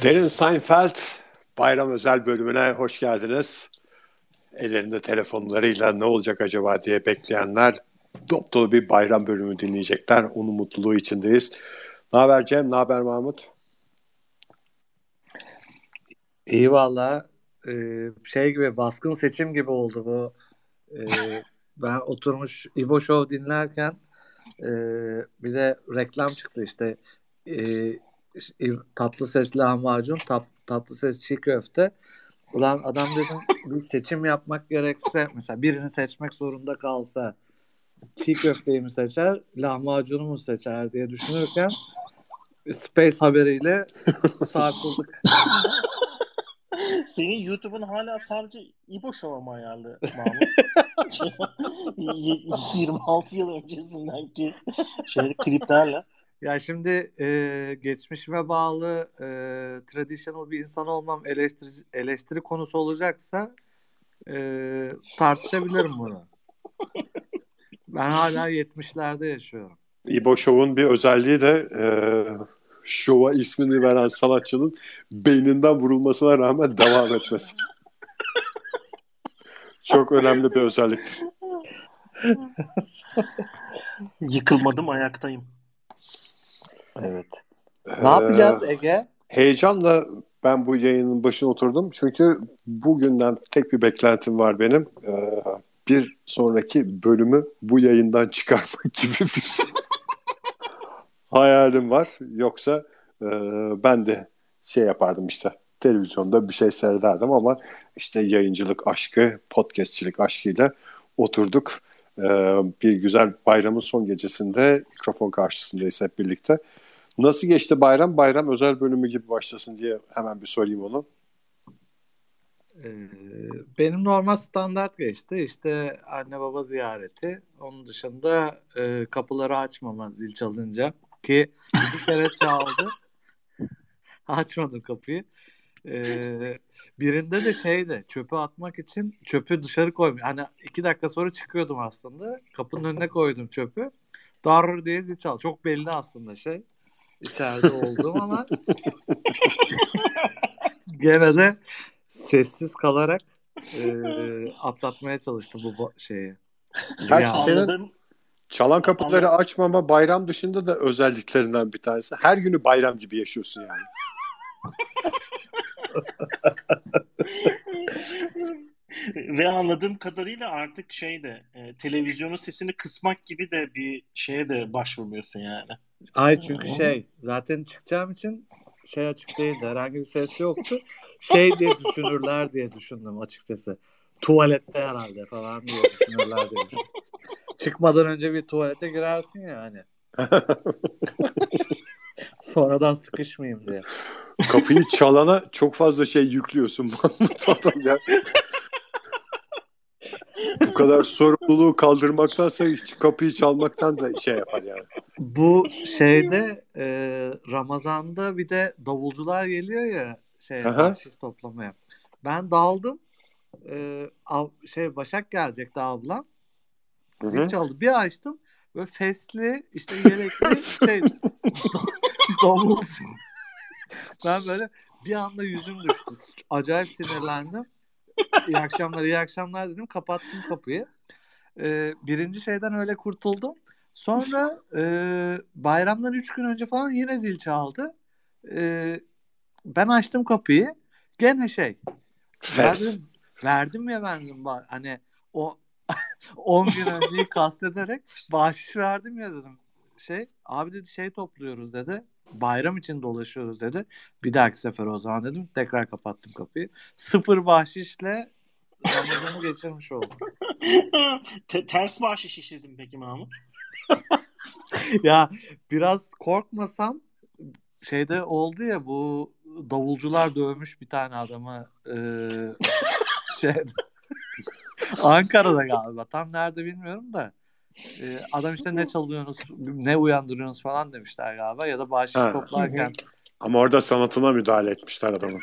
Derin Seinfeld bayram özel bölümüne hoş geldiniz. Ellerinde telefonlarıyla ne olacak acaba diye bekleyenler dop dolu bir bayram bölümü dinleyecekler. Onun mutluluğu içindeyiz. Ne haber Cem, ne haber Mahmut? İyi valla. Şey gibi baskın seçim gibi oldu bu. Ben oturmuş İbo Show dinlerken bir de reklam çıktı işte. Tatlı ses lahmacun, tatlı ses çiğ köfte. Ulan adam dedim bir seçim yapmak gerekse mesela birini seçmek zorunda kalsa çiğ köfteyi mi seçer, lahmacunu mu seçer diye düşünürken Space haberiyle sarsıldık. Senin YouTube'un hala sadece İbo Show'a mı ayarlı Mahmut? 26 yıl öncesinden ki kliplerle. Ya şimdi geçmişime bağlı traditional bir insan olmam eleştiri konusu olacaksa tartışabilirim bunu. Ben hala 70'lerde yaşıyorum. İbo Show'un bir özelliği de şova ismini veren sanatçının beyninden vurulmasına rağmen devam etmesi. Çok önemli bir özelliktir. Yıkılmadım, ayaktayım. Evet. Ne yapacağız Ege? Heyecanla ben bu yayının başına oturdum. Çünkü bugünden tek bir beklentim var benim. Bir sonraki bölümü bu yayından çıkarmak gibi bir hayalim var. Yoksa ben de şey yapardım işte. Televizyonda bir şey seyrederdim ama işte yayıncılık aşkı, podcastçilik aşkıyla oturduk. Bir güzel bayramın son gecesinde mikrofon karşısındayız hep birlikte. Nasıl geçti bayram? Bayram özel bölümü gibi başlasın diye hemen bir sorayım onu. Benim normal standart geçti. İşte anne baba ziyareti. Onun dışında kapıları açmama zil çalınca ki iki kere çaldı. Açmadım kapıyı. Birinde de şeydi çöpü atmak için çöpü dışarı koymuş. Hani 2 dakika sonra çıkıyordum aslında. Kapının önüne koydum çöpü. Dar diye zil çaldı. Çok belli aslında içeride olduğum ama gene de sessiz kalarak atlatmaya çalıştım bu şeyi. Gerçi senin Anladım. çalan kapıları açmama bayram dışında da özelliklerinden bir tanesi. Her günü bayram gibi yaşıyorsun yani. Ve anladığım kadarıyla artık televizyonun sesini kısmak gibi de bir şeye de başvurmuyorsun yani. Ay çünkü zaten çıkacağım için açık değildi. Herhangi bir ses yoktu. Diye düşünürler diye düşündüm açıkçası. Tuvalette herhalde falan diye düşünürler diye düşündüm. Çıkmadan önce bir tuvalete girersin ya hani. Sonradan sıkışmayayım diye. Kapıyı çalana çok fazla şey yüklüyorsun. Ya. Bu kadar sorumluluğu kaldırmaktansa hiç kapıyı çalmaktan da şey yapar yani. Bu Ramazan'da bir de davulcular geliyor ya bahşiş toplamaya. Ben daldım. Başak gelecekti ablam. Zil çaldı. Bir açtım. Böyle fesli işte yelekli davulcu. Ben böyle bir anda yüzüm düştü. Acayip sinirlendim. İyi akşamlar dedim. Kapattım kapıyı. Birinci şeyden öyle kurtuldum. Sonra bayramdan 3 gün önce falan yine zil çaldı. Ben açtım kapıyı. Gene verdim ya ben dedim. Hani o 10 gün önceyi kastederek bahşiş verdim ya dedim. Abi dedi topluyoruz dedi. Bayram için dolaşıyoruz dedi. Bir dahaki sefer o zaman dedim. Tekrar kapattım kapıyı. 0 bahşişle Ramazan'ı geçirmiş oldum. Ters bahşiş işledim peki Mahmut? Ya biraz korkmasam oldu ya bu davulcular dövmüş bir tane adamı Ankara'da galiba. Tam nerede bilmiyorum da. Adam işte ne çalıyorsunuz, ne uyandırıyorsunuz falan demişler galiba. Ya da bahşiş toplarken. Ama orada sanatına müdahale etmişler adamın.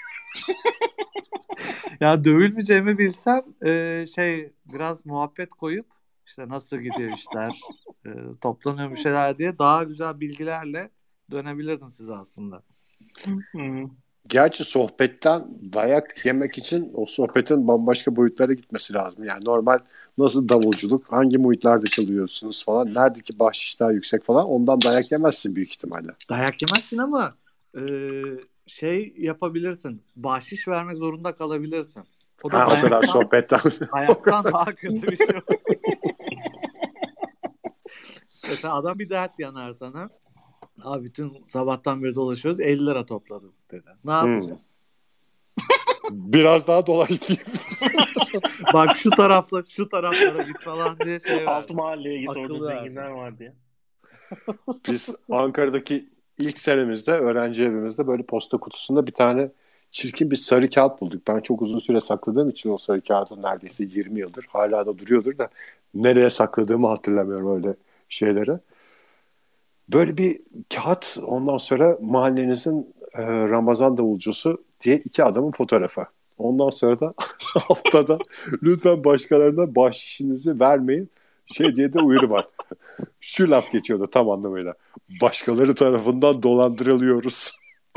Ya dövülmeyeceğimi bilsem biraz muhabbet koyup işte nasıl gidiyor işler, toplanıyor bir şeyler diye daha güzel bilgilerle dönebilirdim size aslında. Gerçi sohbetten dayak yemek için o sohbetin bambaşka boyutlara gitmesi lazım. Yani normal nasıl davulculuk, hangi muhitlerde çalıyorsunuz falan, neredeki bahşiş daha yüksek falan, ondan dayak yemezsin büyük ihtimalle. Dayak yemezsin ama şey yapabilirsin. Bahşiş vermek zorunda kalabilirsin. O da Ha, o kadar sohbetten. hayattan daha kötü bir şey. Mesela adam bir dert yanar sana. Abi bütün sabahtan beri dolaşıyoruz 50 lira topladım dedi. Ne yapacaksın? Biraz daha dolaş diyebilirsin. Bak şu taraflara git falan diye şey Alt verdi. mahalleye git, Akıl orada verdi. zenginler var diye. Biz Ankara'daki ilk senemizde öğrenci evimizde böyle posta kutusunda bir tane çirkin bir sarı kağıt bulduk. Ben çok uzun süre sakladığım için o sarı kağıdı, neredeyse 20 yıldır hala da duruyordur da nereye sakladığımı hatırlamıyorum öyle şeyleri. Böyle bir kağıt, ondan sonra mahallenizin Ramazan davulcusu diye iki adamın fotoğrafı. Ondan sonra da altta da lütfen başkalarına bahşişinizi vermeyin şey diye de uyarı var. Şu laf geçiyordu tam anlamıyla. Başkaları tarafından dolandırılıyoruz.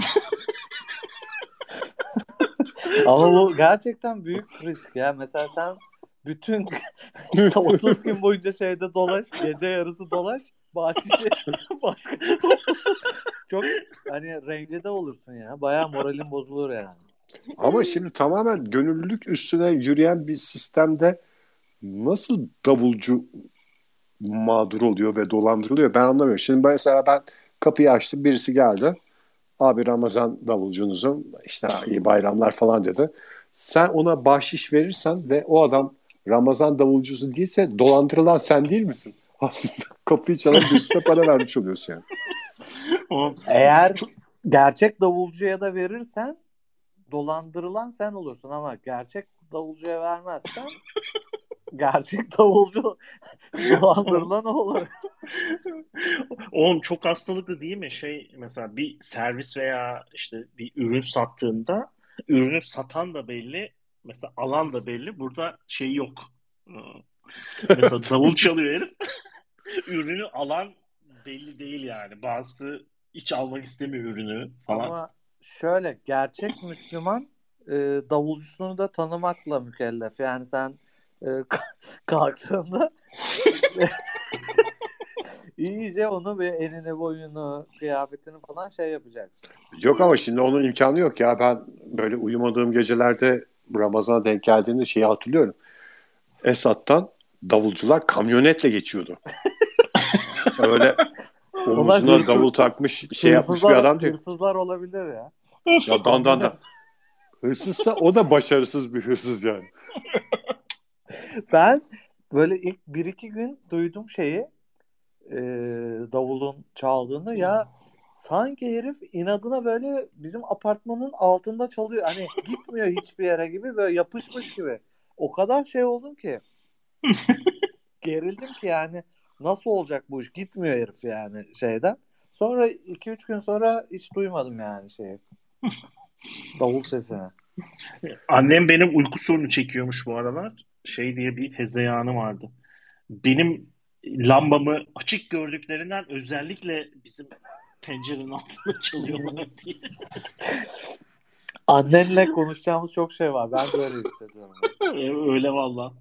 Ama bu gerçekten büyük risk ya. Mesela sen bütün 30 gün boyunca şeyde dolaş, gece yarısı dolaş, bahşişi başka toplasın. Çok hani rencide olursun ya. Bayağı moralin bozulur yani. Ama şimdi tamamen gönüllülük üstüne yürüyen bir sistemde nasıl davulcu mağdur oluyor ve dolandırılıyor ben anlamıyorum. Şimdi mesela ben kapıyı açtım, birisi geldi. Abi Ramazan davulcunuzum işte iyi bayramlar falan dedi. Sen ona bahşiş verirsen ve o adam Ramazan davulcusu değilse dolandırılan sen değil misin? Aslında kapıyı çalan birisine para vermiş oluyorsun yani. Eğer gerçek davulcuya da verirsen dolandırılan sen olursun ama gerçek davulcuya vermezsen gerçek davulcu dolandırılan olur. Oğlum çok hastalıklı değil mi? Şey, mesela bir servis veya işte bir ürün sattığında ürünü satan da belli, mesela alan da belli. Burada şey yok. Mesela davul çalıyor herif. Ürünü alan belli değil yani. Bazısı hiç almak istemiyor ürünü falan. Ama şöyle gerçek Müslüman davulcusunu da tanımakla mükellef. Yani sen kalktığında iyice onu bir enini boyunu kıyafetini falan şey yapacaksın. Yok ama şimdi onun imkanı yok ya. Ben böyle uyumadığım gecelerde Ramazan'a denk geldiğinde şeyi hatırlıyorum. Esat'tan davulcular kamyonetle geçiyordu. Öyle Onlar omuzuna davul takmış şey yapmış bir adam değil. hırsızlar olabilir ya. Ya dandan. Hırsızsa o da başarısız bir hırsız yani. Ben böyle ilk 1-2 gün duydum şeyi davulun çaldığını ya sanki herif inadına böyle bizim apartmanın altında çalıyor. Hani gitmiyor hiçbir yere gibi böyle yapışmış gibi. O kadar şey oldum ki gerildim ki yani nasıl olacak bu iş? Gitmiyor herif yani şeyden. Sonra 2-3 gün sonra hiç duymadım yani şeyi. Davul sesini. Annem benim uyku sorunu çekiyormuş bu aralar. Şey diye bir hezeyanı vardı. Benim lambamı açık gördüklerinden özellikle bizim pencerenin altında çalıyorlar diye. Annenle konuşacağımız çok şey var. Ben böyle hissediyorum. Öyle valla.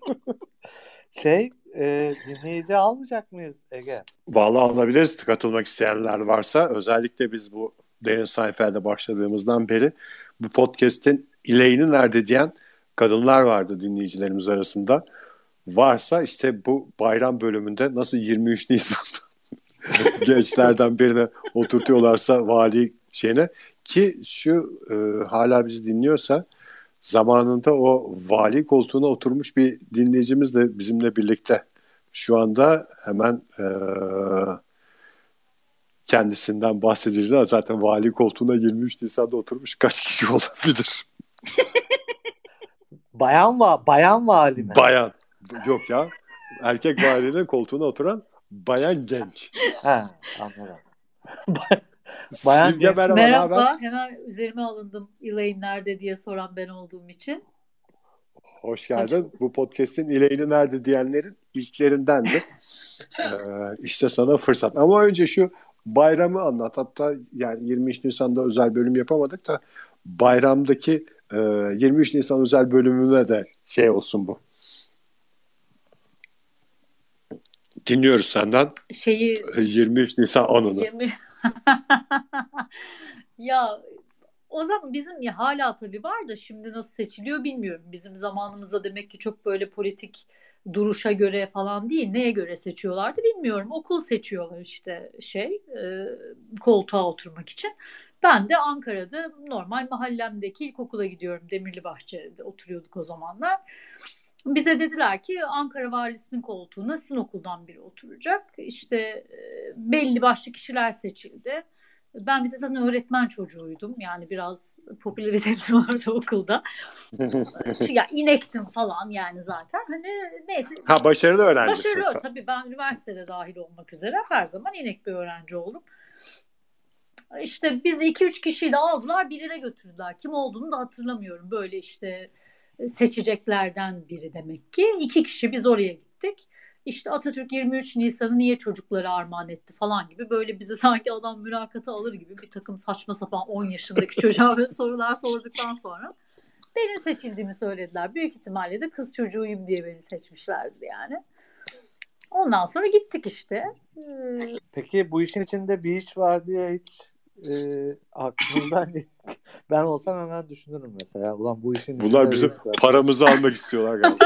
Dinleyici almayacak mıyız Ege? Vallahi alabiliriz. Katılmak isteyenler varsa, özellikle biz bu Derin Seinfeld'e başladığımızdan beri bu podcast'in ileğini nerede diyen kadınlar vardı dinleyicilerimiz arasında. Varsa işte bu bayram bölümünde nasıl 23 Nisan'da gençlerden birine oturtuyorlarsa vali şeyine, ki şu hala bizi dinliyorsa zamanında o vali koltuğuna oturmuş bir dinleyicimiz de bizimle birlikte. Şu anda hemen kendisinden bahsedildi. Zaten vali koltuğuna 23 Nisan'da oturmuş kaç kişi olabilir? Bayan vali mi? Bayan. Yok ya. Erkek valinin koltuğuna oturan bayan genç. He, anladım. Bayan Simge genç. merhaba, ne haber? Merhaba, hemen üzerime alındım Elaine nerede diye soran ben olduğum için. Hoş Hoş geldin. bulduk. Bu podcast'in ileğini nerede diyenlerin ilklerindendi. İşte sana fırsat. Ama önce şu bayramı anlat. Hatta yani 23 Nisan'da özel bölüm yapamadık da bayramdaki 23 Nisan özel bölümüne de şey olsun bu. Dinliyoruz senden. 23 Nisan anını. Ya o zaman bizim hala tabii var da şimdi nasıl seçiliyor bilmiyorum. Bizim zamanımızda demek ki çok böyle politik duruşa göre falan değil. Neye göre seçiyorlardı bilmiyorum. Okul seçiyorlar işte koltuğa oturmak için. Ben de Ankara'da normal mahallemdeki ilkokula gidiyorum. Demirli Bahçe'de oturuyorduk o zamanlar. Bize dediler ki Ankara Valisi'nin koltuğuna sizin okuldan biri oturacak. İşte belli başlı kişiler seçildi. Ben bir de zaten öğretmen çocuğuydum. Yani biraz popülarizm vardı okulda. Ya inektim falan yani zaten. Hani neyse. Ha, başarılı öğrencisin. Başarılı tabii, ben üniversitede dahil olmak üzere her zaman inek bir öğrenci oldum. İşte biz 2-3 kişiyi de aldılar, birine götürdüler. Kim olduğunu da hatırlamıyorum. Böyle işte seçeceklerden biri demek ki. 2 kişi biz oraya gittik. İşte Atatürk 23 Nisan'ı niye çocuklara armağan etti falan gibi, böyle bizi sanki adam mülakata alır gibi bir takım saçma sapan 10 yaşındaki çocuğa böyle sorular sorduktan sonra benim seçildiğimi söylediler. Büyük ihtimalle de kız çocuğuyum diye beni seçmişlerdir yani. Ondan sonra gittik işte. Peki bu işin içinde bir iş var diye hiç aklınızdan ben olsam hemen düşünürüm mesela. Ulan bu işin bunlar bizim paramızı almak istiyorlar galiba.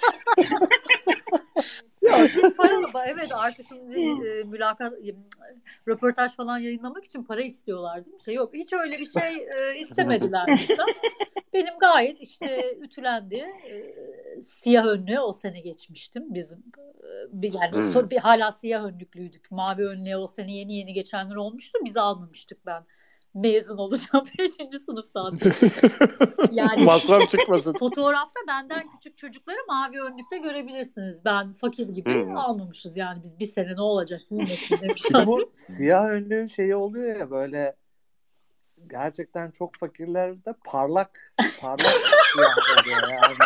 Ya biz paralı, evet artık şimdi mülakat, röportaj falan yayınlamak için para istiyorlar değil mi? Yok, hiç öyle bir şey istemediler bizden. Benim gayet işte ütülendi. Siyah önlüğe o sene geçmiştim. Bizim yani hala siyah önlüklüydük. Mavi önlüğe o sene yeni yeni geçenler olmuştu. Biz almamıştık ben. Mezun olacağım 5. sınıftan. Yani masraf çıkmasın. Fotoğrafta benden küçük çocukları mavi önlükte görebilirsiniz. Ben fakir gibi almamışız yani, biz bir sene ne olacak bilmesin demişler. Bu siyah önlüğün şeyi oluyor ya, böyle gerçekten çok fakirlerde parlak siyah oluyor yani.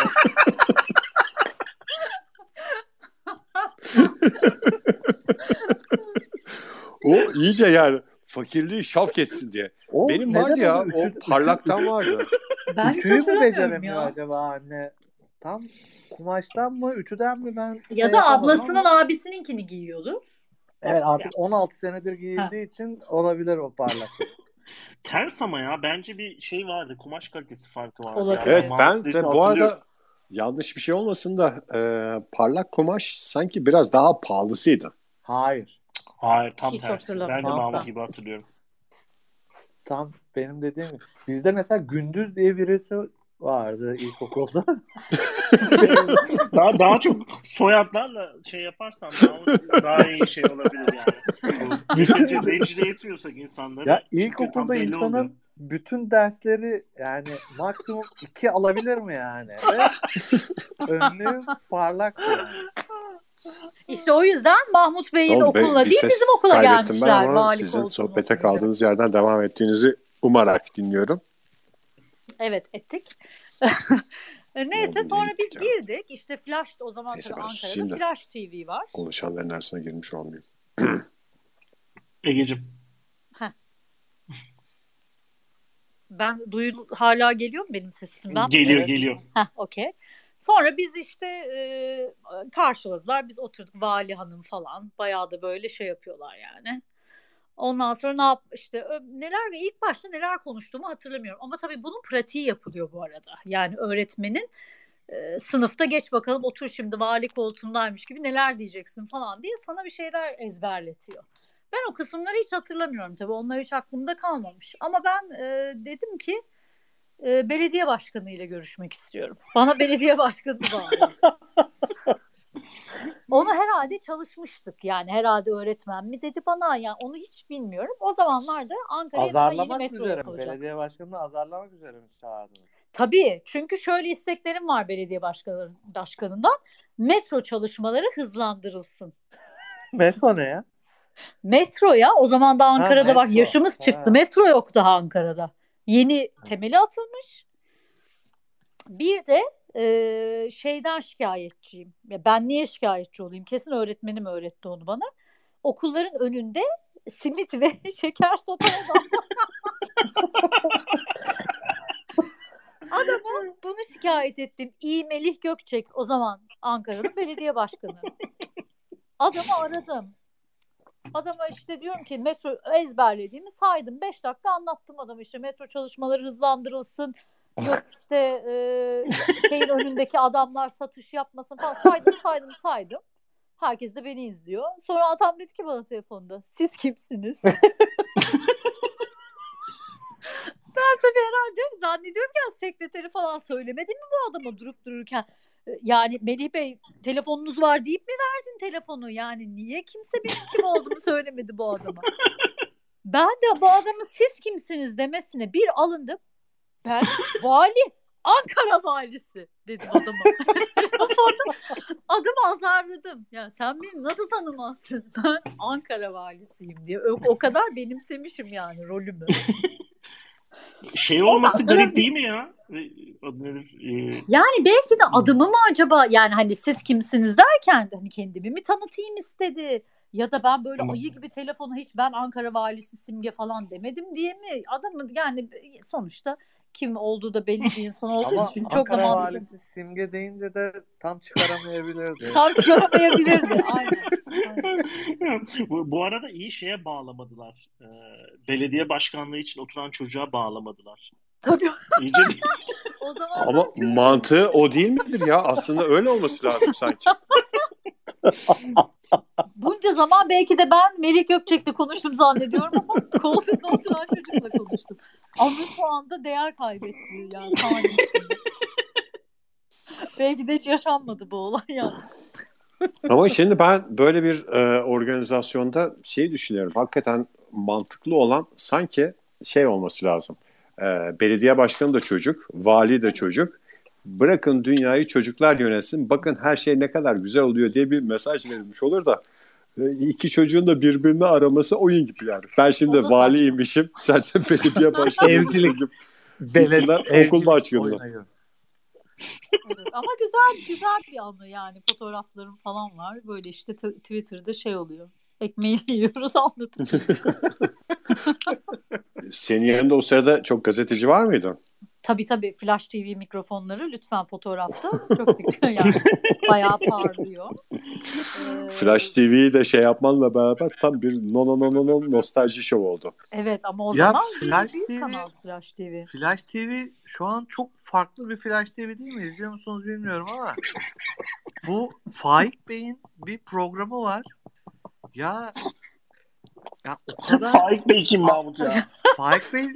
O iyice yani fakirliği şaf geçsin diye. O benim vardı ya, o parlaktan vardı. Ben ütüyü mü beceremiyor acaba anne? Tam kumaştan mı, ütüden mi, ben ya da ablasının abisininkini giyiyordur. Evet, artık 16 senedir giyildiği için olabilir o parlaklık. Ters ama ya, bence bir şey vardı, kumaş kalitesi farkı vardı. Olabilir. Evet, ben de bu arada yanlış bir şey olmasın da parlak kumaş sanki biraz daha pahalısıydı. Hayır, tam hiç tersi. Ben de Mahmut gibi hatırlıyorum. Tam benim dediğim gibi. Bizde mesela Gündüz diye birisi vardı ilkokulda. daha çok soyadlarla şey yaparsan daha iyi şey olabilir yani. Rencide etmiyorsak insanları. Ya ilkokulda insanın bütün dersleri yani maksimum 2 alabilir mi yani? Ve önlüğü parlak yani. İşte o yüzden Mahmut Bey'in okulla değil bizim okula gelmişler. Ama sizin sohbete kaldığınız yerden devam ettiğinizi umarak dinliyorum. Evet, ettik. Neyse sonra biz girdik. İşte Flash, o zaman tabii Ankara'da Flash TV var. Konuşanların arasına girmiş olmayayım. Egeciğim. Ben hala geliyor mu benim sesim? Geliyor. Okey. Sonra biz işte karşıladılar. Biz oturduk, vali hanım falan. Bayağı da böyle şey yapıyorlar yani. Ondan sonra ilk başta neler konuştuğumu hatırlamıyorum. Ama tabii bunun pratiği yapılıyor bu arada. Yani öğretmenin sınıfta geç bakalım otur şimdi vali koltuğundaymış gibi neler diyeceksin falan diye sana bir şeyler ezberletiyor. Ben o kısımları hiç hatırlamıyorum tabii. Onlar hiç aklımda kalmamış. Ama ben dedim ki belediye başkanı ile görüşmek istiyorum. Bana belediye başkanı bağlı. Onu herhalde çalışmıştık yani, herhalde öğretmen mi dedi bana, yani onu hiç bilmiyorum. O zamanlarda Ankara'ya yeni metro yapılacak. Belediye başkanını azarlamak üzere mi çağırdınız? Tabii, çünkü şöyle isteklerim var belediye başkanından. Metro çalışmaları hızlandırılsın. Metro ne ya? Metro ya, o zaman da Ankara'da bak yaşımız çıktı. Metro yok daha Ankara'da. Yeni temeli atılmış. Bir de şeyden şikayetçiyim. Ya ben niye şikayetçi olayım? Kesin öğretmenim öğretti onu bana. Okulların önünde simit ve şeker satan adam. Adama bunu şikayet ettim. İyi Melih Gökçek, o zaman Ankara'nın belediye başkanı. Adamı aradım. Adama işte diyorum ki metro ezberlediğimi saydım. 5 dakika anlattım adama, işte metro çalışmaları hızlandırılsın. Yok işte şeyin önündeki adamlar satış yapmasın falan. Saydım. Herkes de beni izliyor. Sonra adam dedi ki bana telefonda, siz kimsiniz? Ben tabii herhalde zannediyorum ki sekreteri falan söylemedi mi bu adama durup dururken? Yani Melih Bey telefonunuz var deyip mi verdin telefonu? Yani niye kimse benim kim olduğumu söylemedi bu adama? Ben de bu adamın siz kimsiniz demesine bir alındım. Ben vali, Ankara valisi dedim adama. Telefonda adamı azarladım. Ya sen beni nasıl tanımazsın? Ben Ankara valisiyim diye. O kadar benimsemişim yani rolümü. Şey olması garip değil mi ya? Adı nedir? Yani belki de adımı mı acaba, yani hani siz kimsiniz derken hani kendimi mi tanıtayım istedi? Ya da ben böyle ayı gibi telefonu hiç ben Ankara valisi Simge falan demedim diye mi? Adamın yani sonuçta kim olduğu da belli bir insan olduğu Ama için çok da Ankara mantıklı. valisi Simge deyince de tam çıkaramayabilirdi. Tam çıkaramayabilirdi. Aynen. Bu arada iyi şeye bağlamadılar. Belediye başkanlığı için oturan çocuğa bağlamadılar. Tabii. İyice O zaman Ama mantığı o değil midir ya? Aslında öyle olması lazım sanki. bunca zaman belki de ben Melih Gökçek'le konuştum zannediyorum ama koltukta oturan çocukla konuştum. Ama şu anda değer kaybetti yani saniyesinde. Belki de hiç yaşanmadı bu olay yani. Ama şimdi ben böyle bir organizasyonda şey düşünüyorum. Hakikaten mantıklı olan sanki şey olması lazım. Belediye başkanı da çocuk, vali de çocuk. Bırakın dünyayı çocuklar yönetsin. Bakın her şey ne kadar güzel oluyor diye bir mesaj verilmiş olur da iki çocuğun da birbirini araması oyun gibi yani. Ben şimdi valiymişim, sen de belediye başkanısın gibi. Okul başkanı. Evet, ama güzel bir anı yani, fotoğraflarım falan var. Böyle işte Twitter'da şey oluyor. Ekmeğini yiyoruz anlatınca. Senin yanında o sırada çok gazeteci var mıydı? Tabii Flash TV mikrofonları lütfen fotoğrafta. Çok dikkat yani. Bayağı parlıyor. Flash TV'yi de şey yapmanla beraber tam bir nostalji şov oldu. Evet ama o Ya zaman Flash büyük TV kanaldı Flash TV. Flash TV şu an çok farklı bir Flash TV değil mi? İzliyor musunuz bilmiyorum ama bu Faik Bey'in bir programı var. Ya o kadar Faik Bey kim Mahmut ya? Faik Bey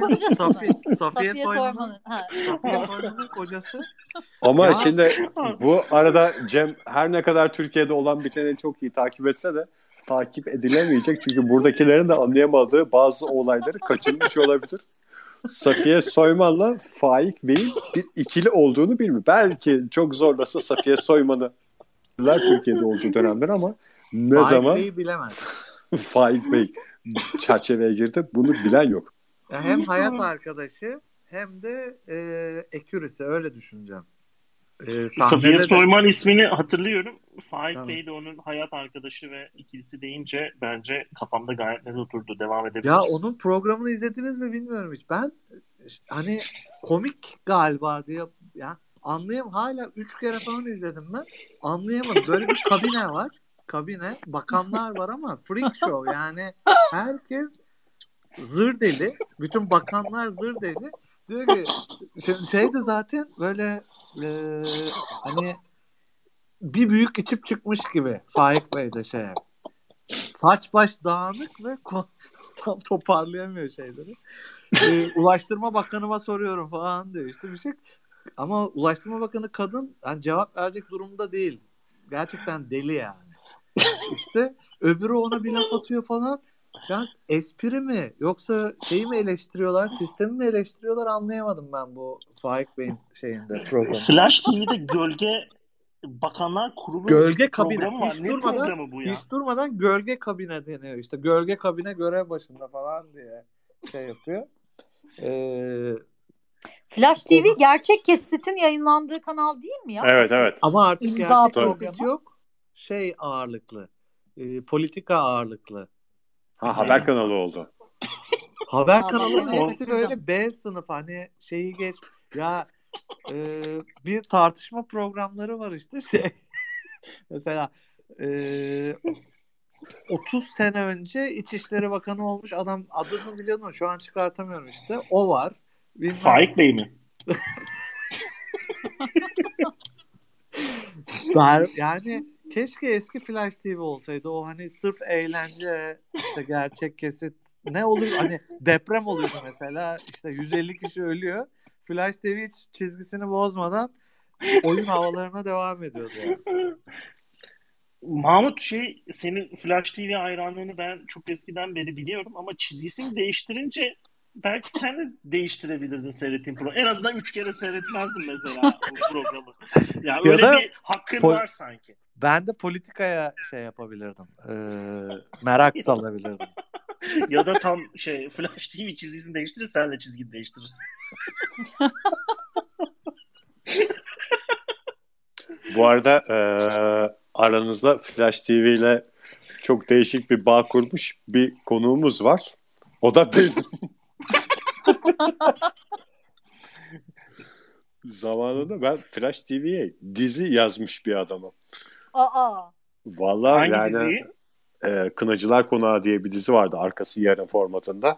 Safiye Soyman'ın kocası. Ama Ya. şimdi bu arada Cem her ne kadar Türkiye'de olan biteni çok iyi takip etse de takip edilemeyecek. Çünkü buradakilerin de anlayamadığı bazı olayları kaçırmış olabilir. Safiye Soyman'la Faik Bey'in bir ikili olduğunu bilmiyor. Belki çok zorlasa Safiye Soyman'ı Türkiye'de olduğu dönemler ama ne Faik zaman Bey'i bilemez. Faik Bey çerçeveye girdi bunu bilen yok. Ya hem hayat arkadaşı hem de ekürisi, öyle düşüneceğim. Safiye Soyman ismini hatırlıyorum. Faik Tamam. Bey de onun hayat arkadaşı ve ikilisi deyince bence kafamda gayet net oturdu. Devam edebiliriz. Ya onun programını izlediniz mi bilmiyorum hiç. Ben hani komik galiba diye ya hala 3 kere falan izledim ben. Anlayamadım. Böyle bir kabine var. Bakanlar var ama freak show yani herkes zır deli. Bütün bakanlar zır deli. Diyor ki şey de zaten böyle hani bir büyük içip çıkmış gibi Faik Bey de saç baş dağınık ve tam toparlayamıyor şeyleri. Ulaştırma Bakanıma soruyorum falan diyor işte bir şey. Ama Ulaştırma Bakanı kadın yani cevap verecek durumda değil. Gerçekten deli yani. İşte öbürü ona bir laf atıyor falan. Yani espri mi yoksa şeyi mi eleştiriyorlar, sistemi mi eleştiriyorlar anlayamadım ben bu Faik Bey'in programı. Flash TV'de Gölge Bakanlar Kurulu Gölge kabine. programı var. Ne programı bu ya? Hiç durmadan gölge kabine deniyor. İşte gölge kabine görev başında falan diye şey yapıyor. Flash TV gerçek kesitin yayınlandığı kanal değil mi ya? Evet. Ama artık İmza gerçek kesit yok. Ağırlıklı. Politika ağırlıklı. Haber kanalı oldu. Haber Aa, kanalının bak, hepsi kaçırdım. böyle B sınıf, hani şeyi geç. Ya bir tartışma programları var işte mesela 30 sene önce İçişleri Bakanı olmuş adam, adını biliyordum şu an çıkartamıyorum işte. O var. Bilmem. Faik Bey mi? Yani keşke eski Flash TV olsaydı. O hani sırf eğlence, işte gerçek kesit. Ne olur hani deprem oluyordu mesela, işte 150 kişi ölüyor. Flash TV hiç çizgisini bozmadan oyun havalarına devam ediyordu yani. Mahmut, senin Flash TV hayranlığını ben çok eskiden beri biliyorum ama çizgisini değiştirince belki sen de değiştirebilirdin seyrettiğin programı. En azından 3 kere seyretmezdin mesela bu programı. Ya Ya öyle da bir hakkın var sanki. Ben de politikaya şey yapabilirdim. Merak salabilirdim. Ya da tam Flash TV çizgisini değiştirir, sen de çizgini değiştirirsin. Bu arada aranızda Flash TV ile çok değişik bir bağ kurmuş bir konuğumuz var. O da benim. Zamanında ben Flash TV'ye dizi yazmış bir adamım. Aa. Vallahi Hangi yani diziyi? Kınacılar Konağı diye bir dizi vardı, arkası yarın formatında.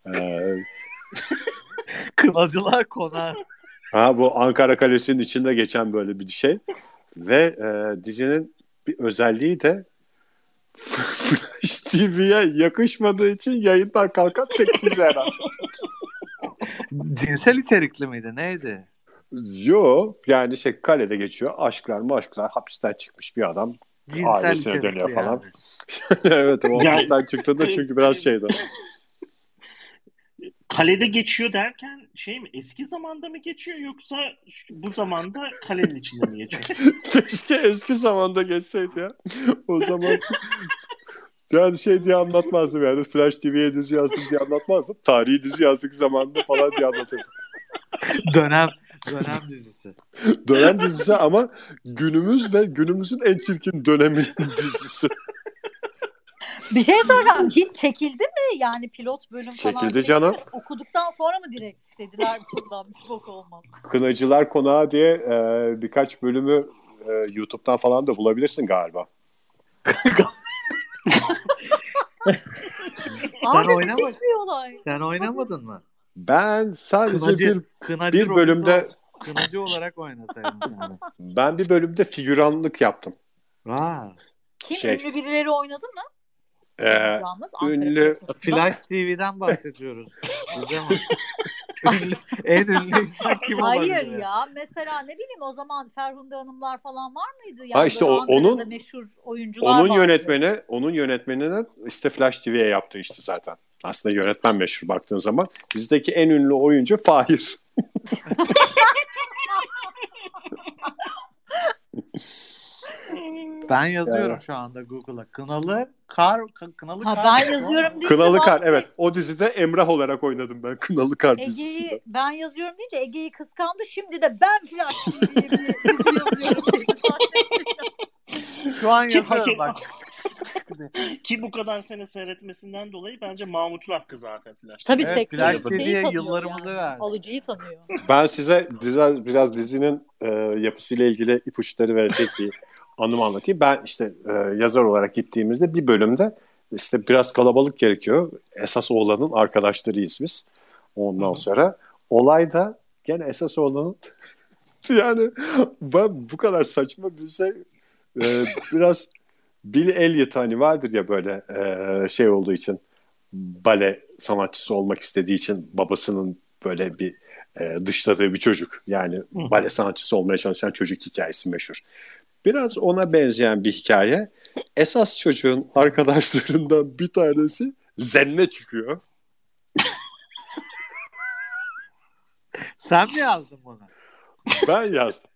Kınacılar Konağı. Bu Ankara Kalesi'nin içinde geçen böyle bir şey. Ve dizinin bir özelliği de Flash TV'ye yakışmadığı için yayından kalkan tek dizi herhalde. Cinsel içerikli miydi? Neydi? Yo, yani kalede geçiyor. Aşklar maşklar, hapisten çıkmış bir adam Cinsel ailesine içerikli dönüyor falan. yani. Evet, o Yani- hapisten çıktığında çünkü biraz şeydi. Kalede geçiyor derken mi? Eski zamanda mı geçiyor yoksa bu zamanda kalenin içinde mi geçiyor? Keşke eski zamanda geçseydi ya. O zaman yani diye anlatmazdım yani. Flash TV'ye dizi yazdım diye anlatmazdım. Tarihi dizi yazdık zamanında falan diye anlatırdım. Dönem dizisi. Dönem dizisi ama günümüz ve günümüzün en çirkin döneminin dizisi. Bir şey soracağım. Hiç çekildi mi? Yani pilot bölüm falan Çekildi canım. Okuduktan sonra mı direkt dediler buradan bir bok olmaz? Kınacılar Konağı diye birkaç bölümü YouTube'dan falan da bulabilirsin galiba. Abi oynamadın. müthiş bir olay. Sen oynamadın mı? Ben sadece Kınacı bir bölümde rolünde kınacı olarak oynasaydın sen de. ben bir bölümde figüranlık yaptım. Kim? Ünlü birileri oynadı mı? Oynayacağımız Ankara ünlü piyasasında. Flash TV'den bahsediyoruz. Bize mi? En ünlü insan kim olabilir? Hayır ya. Mesela ne bileyim, o zaman Ferhunde Hanımlar falan var mıydı? Yani Ha işte böyle Ankara'da onun meşhur oyuncular vardı. onun yönetmeninin işte Flash TV'ye yaptığı işte zaten. Aslında yönetmen meşhur baktığın zaman. Dizideki en ünlü oyuncu Fahir. Ben yazıyorum şu anda Google'a. Kınalı Kar. Ben yazıyorum deyince Kınalı Kar, vallahi evet. O dizide Emrah olarak oynadım ben Kınalı Kar dizisinde. Ege'yi ben yazıyorum deyince Ege'yi kıskandı. Şimdi de ben Flash TV'ye bir dizi yazıyorum dedi. Şu an Ki yazıyorum bak. Ki bu kadar sene seyretmesinden dolayı bence Mahmut'un hakkı zaten Flash. Tabii Evet, sektörün Flash TV'ye tanıyor yıllarımızı verdi. Alıcıyı tanıyor. Ben size biraz dizinin yapısıyla ilgili ipuçları verecek bir anımı anlatayım. Ben işte yazar olarak gittiğimizde bir bölümde işte biraz kalabalık gerekiyor. Esas oğlanın arkadaşlarıyız biz. Ondan sonra olayda gene esas oğlanın yani ben bu kadar saçma bir şey biraz Billy Elliot hani vardır ya böyle olduğu için, bale sanatçısı olmak istediği için babasının böyle bir dışladığı bir çocuk. Yani bale sanatçısı olmaya çalışan çocuk hikayesi meşhur. Biraz ona benzeyen bir hikaye. Esas çocuğun arkadaşlarından bir tanesi zenne çıkıyor. Sen mi yazdın bunu? Ben yazdım.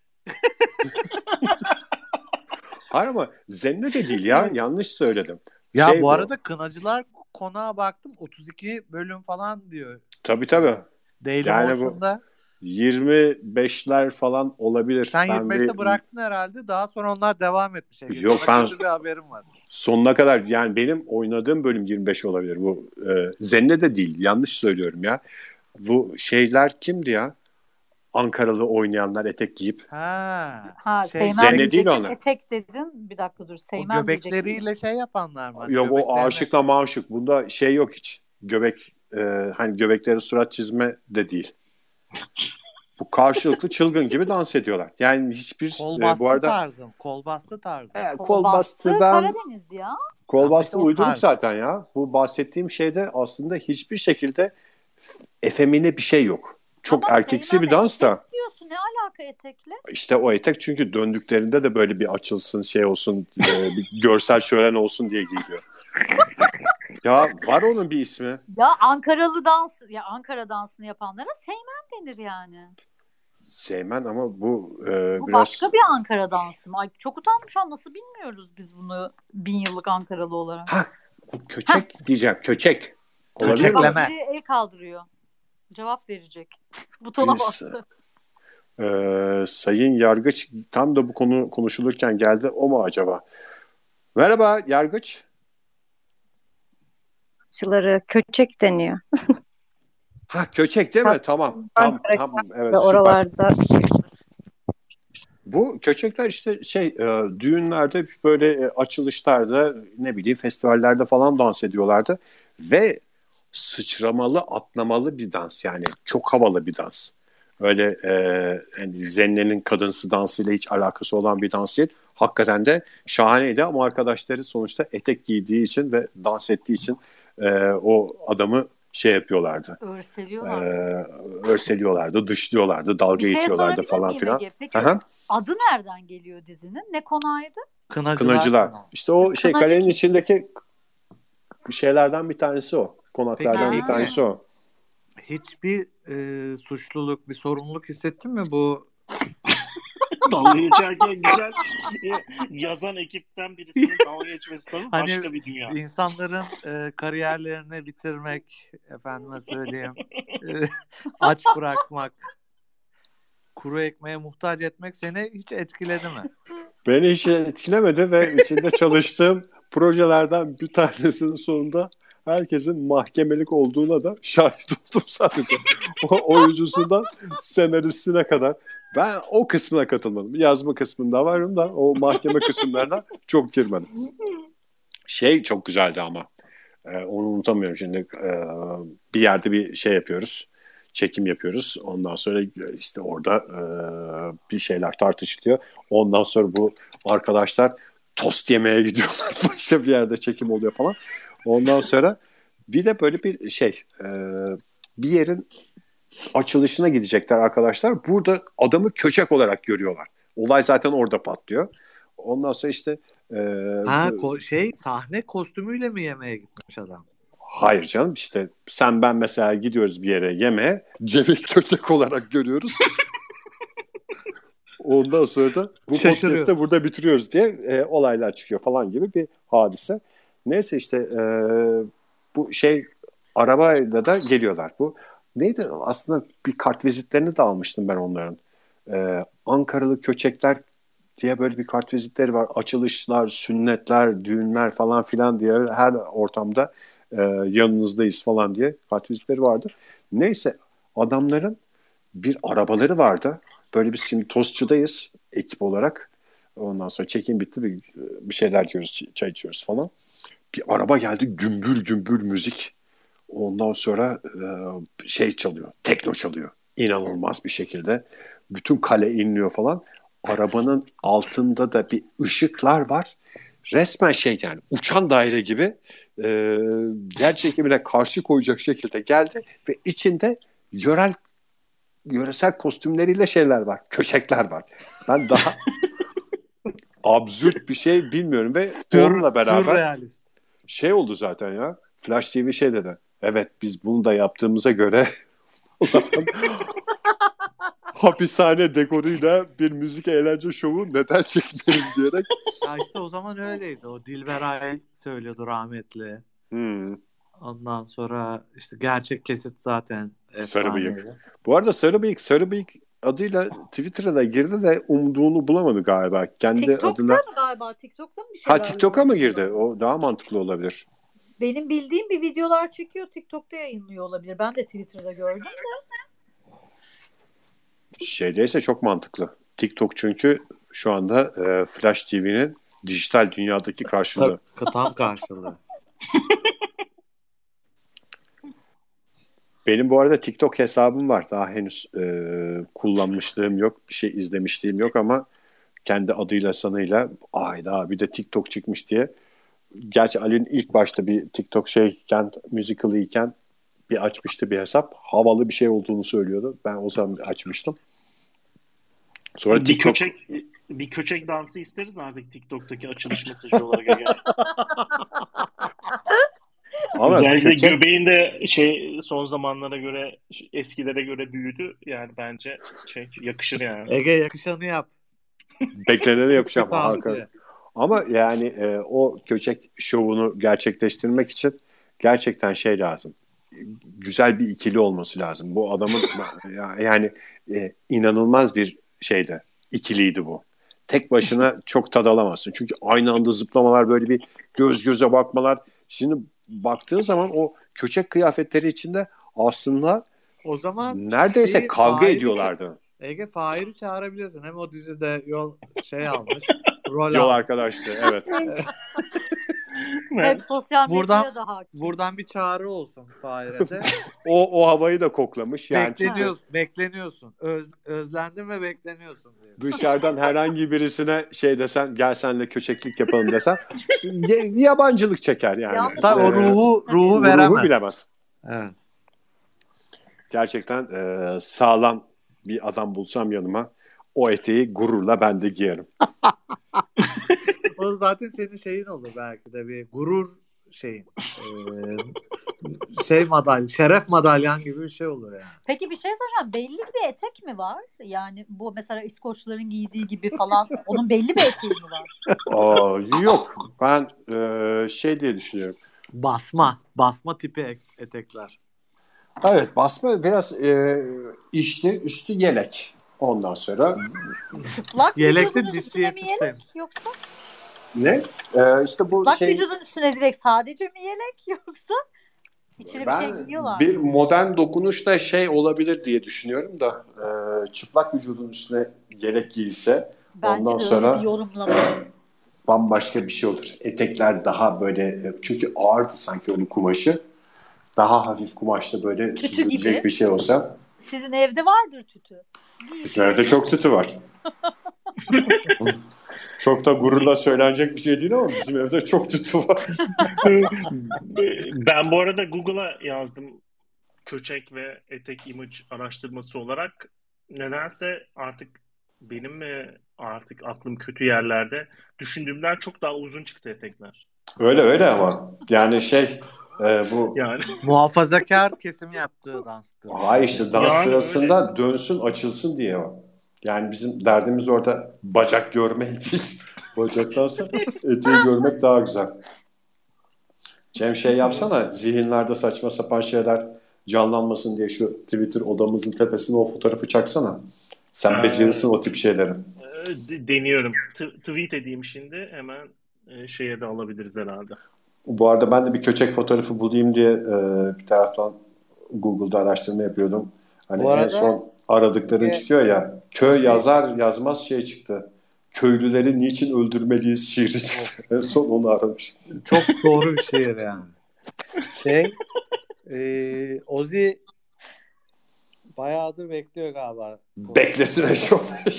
Hayır ama zenne de değil ya. Yanlış söyledim. Ya bu arada Kınacılar Konağı baktım 32 bölüm falan diyor. Tabii. Daily Yani Motion'da. 25'ler falan olabilir. Sen Ben 25'te bıraktın herhalde. Daha sonra onlar devam etmiş. Yok, ben... Kötü bir haberim var. Sonuna kadar, yani benim oynadığım bölüm 25 olabilir. Bu Zenne de değil. Yanlış söylüyorum ya. Bu şeyler kimdi ya? Ankaralı oynayanlar etek giyip. Seymen Zenne değil diyecektim. onlar. Etek dedin. Bir dakika dur. O Seymen göbekleriyle diyecektim. şey yapanlar mı? Yok, o aşıkla maşık. Bunda şey yok hiç. Göbek, hani göbekleri surat çizme de değil. Bu karşılıklı çılgın gibi dans ediyorlar. Yani hiçbir kol bastı bu arada tarzı. Kol bastı tarzı. Kol bastı Karadeniz ya. Kol bastı Ama uyduruk tarz. zaten ya. Bu bahsettiğim şeyde aslında hiçbir şekilde efemine bir şey yok. Çok Ama erkeksi bir dans da. etek diyorsun. Ne alaka etekle? İşte o etek çünkü döndüklerinde de böyle bir açılsın, şey olsun, bir görsel şölen olsun diye giyiliyor. Ya var onun bir ismi. Ya Ankaralı dans, ya Ankara dansını yapanlara Seymen denir yani. Seymen ama bu Bu biraz... başka bir Ankara dansı mı? Ay, çok utandım şu an, nasıl bilmiyoruz biz bunu 1000 yıllık Ankaralı olarak. Bu köçek diyeceğim. Köçek. Olabilir mi? Köçekleme. Biri el kaldırıyor. Cevap verecek. Butona bastı. Sayın Yargıç tam da bu konu konuşulurken geldi. O mu acaba? Merhaba Yargıç. Köçek deniyor. Köçek değil mi? Tamam. Tam evet, oralarda. Bu köçekler işte düğünlerde böyle açılışlarda, ne bileyim, festivallerde falan dans ediyorlardı ve sıçramalı, atlamalı bir dans, yani çok havalı bir dans. Öyle yani Zenne'nin kadınsı dansıyla hiç alakası olan bir dans değil. Hakikaten de şahaneydi ama arkadaşları sonuçta etek giydiği için ve dans ettiği için o adamı yapıyorlardı. Örseliyorlardı, dışlıyorlardı, dalga geçiyorlardı falan filan. Peki adı nereden geliyor dizinin? Ne konağıydı? Kınacılar. İşte o kalenin içindeki şeylerden bir tanesi o. Konaklardan bir tanesi o. Hiçbir suçluluk, bir sorumluluk hissettin mi bu? Dalga geçerken güzel yazan ekipten birisinin dalga geçmesi tabii başka bir dünya. İnsanların kariyerlerini bitirmek, efendime söyleyeyim, aç bırakmak, kuru ekmeğe muhtaç etmek seni hiç etkiledi mi? Beni hiç etkilemedi ve içinde çalıştığım projelerden bir tanesinin sonunda herkesin mahkemelik olduğuna da şahit oldum sadece. Oyuncusundan senaristine kadar. Ben o kısmına katılmadım. Yazma kısmında varım da o mahkeme kısımlarına çok girmedim. Çok güzeldi ama. Onu unutamıyorum şimdi. Bir yerde bir yapıyoruz. Çekim yapıyoruz. Ondan sonra işte orada bir şeyler tartışılıyor. Ondan sonra bu arkadaşlar tost yemeye gidiyorlar. Başka bir yerde çekim oluyor falan. Ondan sonra bir de böyle bir bir yerin açılışına gidecekler arkadaşlar. Burada adamı köçek olarak görüyorlar. Olay zaten orada patlıyor. Ondan sonra işte sahne kostümüyle mi yemeğe gitmiş adam? Hayır canım, işte sen ben mesela gidiyoruz bir yere yemeğe, Cem'i köçek olarak görüyoruz. Ondan sonra da bu podcast'te burada bitiriyoruz diye olaylar çıkıyor falan gibi bir hadise. Neyse işte bu arabayla da geliyorlar. Bu neydi? Aslında bir kartvizitlerini de almıştım ben onların. Ankaralı köçekler diye böyle bir kartvizitleri var. Açılışlar, sünnetler, düğünler falan filan diye her ortamda yanınızdayız falan diye kartvizitleri vardır. Neyse, adamların bir arabaları vardı. Böyle bir tostçudayız ekip olarak. Ondan sonra çekim bitti, bir şeyler yiyoruz, çay içiyoruz falan. Bir araba geldi, gümbür gümbür müzik. Ondan sonra çalıyor, tekno çalıyor. İnanılmaz bir şekilde. Bütün kale inliyor falan. Arabanın altında da bir ışıklar var. Resmen yani uçan daire gibi yer çekimine karşı koyacak şekilde geldi ve içinde yöresel kostümleriyle şeyler var. Köçekler var. Ben daha absürt bir şey bilmiyorum ve onunla beraber oldu zaten ya. Flash TV dedi. Evet, biz bunu da yaptığımıza göre o zaman hapishane dekoruyla bir müzik eğlence şovu neden çekmeyelim diyerek. Ya işte o zaman öyleydi. O Dilberay söylüyordu rahmetli. Ondan sonra işte gerçek kesit zaten Sarı bıyık. efsaneydi. Bu arada Sarı Bıyık adıyla Twitter'a da girdi de umduğunu bulamadı galiba. Kendi TikTok'ta adına. mı galiba? TikTok'ta mı bir şeyler TikTok'a mı girdi? yayınlıyor? O daha mantıklı olabilir. Benim bildiğim bir videolar çekiyor, TikTok'ta yayınlıyor olabilir. Ben de Twitter'da gördüm. Şeydeyse çok mantıklı. TikTok çünkü şu anda Flash TV'nin dijital dünyadaki karşılığı. Tam karşılığı. Benim bu arada TikTok hesabım var. Daha henüz kullanmışlığım yok. Bir şey izlemişliğim yok ama kendi adıyla sanıyla ayda bir de TikTok çıkmış diye. Gerçi Ali'nin ilk başta bir TikTok Musical.ly iken bir açmıştı bir hesap. Havalı bir şey olduğunu söylüyordu. Ben o zaman açmıştım. Sonra Bir TikTok... köçek dansı isteriz artık TikTok'taki açılış mesajı olarak. Yani. Ama özellikle göbeğinde son zamanlara göre eskilere göre büyüdü. Yani bence yakışır yani. Ege yakışanı yap. Bekleneni yapacağım. Tavsiye. Ama yani o köçek şovunu gerçekleştirmek için gerçekten şey lazım. Güzel bir ikili olması lazım. Bu adamın yani inanılmaz bir ikiliydi bu. Tek başına çok tad alamazsın. Çünkü aynı anda zıplamalar, böyle bir göz göze bakmalar. Şimdi baktığın zaman o köçek kıyafetleri içinde aslında o zaman neredeyse kavga ediyorlardı. Ege Fahir'i çağırabilirsin. Hem o dizide almış. Yol arkadaştı, evet. Hep sosyal medyaya da hakim. Buradan bir çağrı olsun Fahir'e de. o havayı da koklamış. Yani bekleniyorsun. Özlendin ve bekleniyorsun diye. Dışarıdan herhangi birisine desen, gel senle köçeklik yapalım desen yabancılık çeker yani. Tabii o ruhu veremez. Ruhu bilemez. Evet. Gerçekten sağlam bir adam bulsam yanıma, o eteği gururla ben de giyerim. O zaten senin şeyin olur belki de, bir gurur şeyin. Şeref madalyan gibi bir şey olur yani. Peki bir şey soracağım. Belli bir etek mi var? Yani bu mesela İskoçların giydiği gibi falan. Onun belli bir eteği mi var? Yok. Ben diye düşünüyorum. Basma tipi etekler. Evet, basma biraz üstü yelek. Ondan sonra Çıplak Yelekte vücudun üstüne mi yelek yoksa? Ne? İşte bu Çıplak vücudun üstüne direkt sadece mi yelek yoksa içine bir şey giyiyorlar? Bir modern dokunuş da olabilir diye düşünüyorum da çıplak vücudun üstüne yelek giyilse bence ondan de sonra öyle bir yorumlama. bambaşka bir şey olur. Etekler daha böyle, çünkü ağırdı sanki onun kumaşı. Daha hafif kumaşta böyle Tütü süzülecek gibi bir şey olsa. Sizin evde vardır tütü. Bizim evde çok tütü var. Çok da gururla söylenecek bir şey değil ama bizim evde çok tütü var. Ben bu arada Google'a yazdım köçek ve etek image araştırması olarak. Nedense artık benim artık aklım kötü yerlerde, düşündüğümden çok daha uzun çıktı etekler. Öyle ama yani bu yani muhafazakar kesim yaptığı danstı. Hayır, işte dans sırasında öyle dönsün, açılsın diye o. Yani bizim derdimiz orada bacak görmek değil. Bacaktansa eteği görmek daha güzel. Cem yapsana, zihinlerde saçma sapan şeyler canlanmasın diye şu Twitter odamızın tepesine o fotoğrafı çaksana. Sen becerirsin o tip şeyleri. Deniyorum. Tweet edeyim şimdi. Hemen de alabiliriz herhalde. Bu arada ben de bir köçek fotoğrafı bulayım diye bir taraftan Google'da araştırma yapıyordum. Hani en son aradıkların çıkıyor ya. Köy yazar yazmaz çıktı. Köylüleri niçin öldürmeliyiz şiiri çıktı. En son onu aramış. Çok doğru bir şiir yani. Ozzy bayağıdır bekliyor galiba. Beklesin eşom.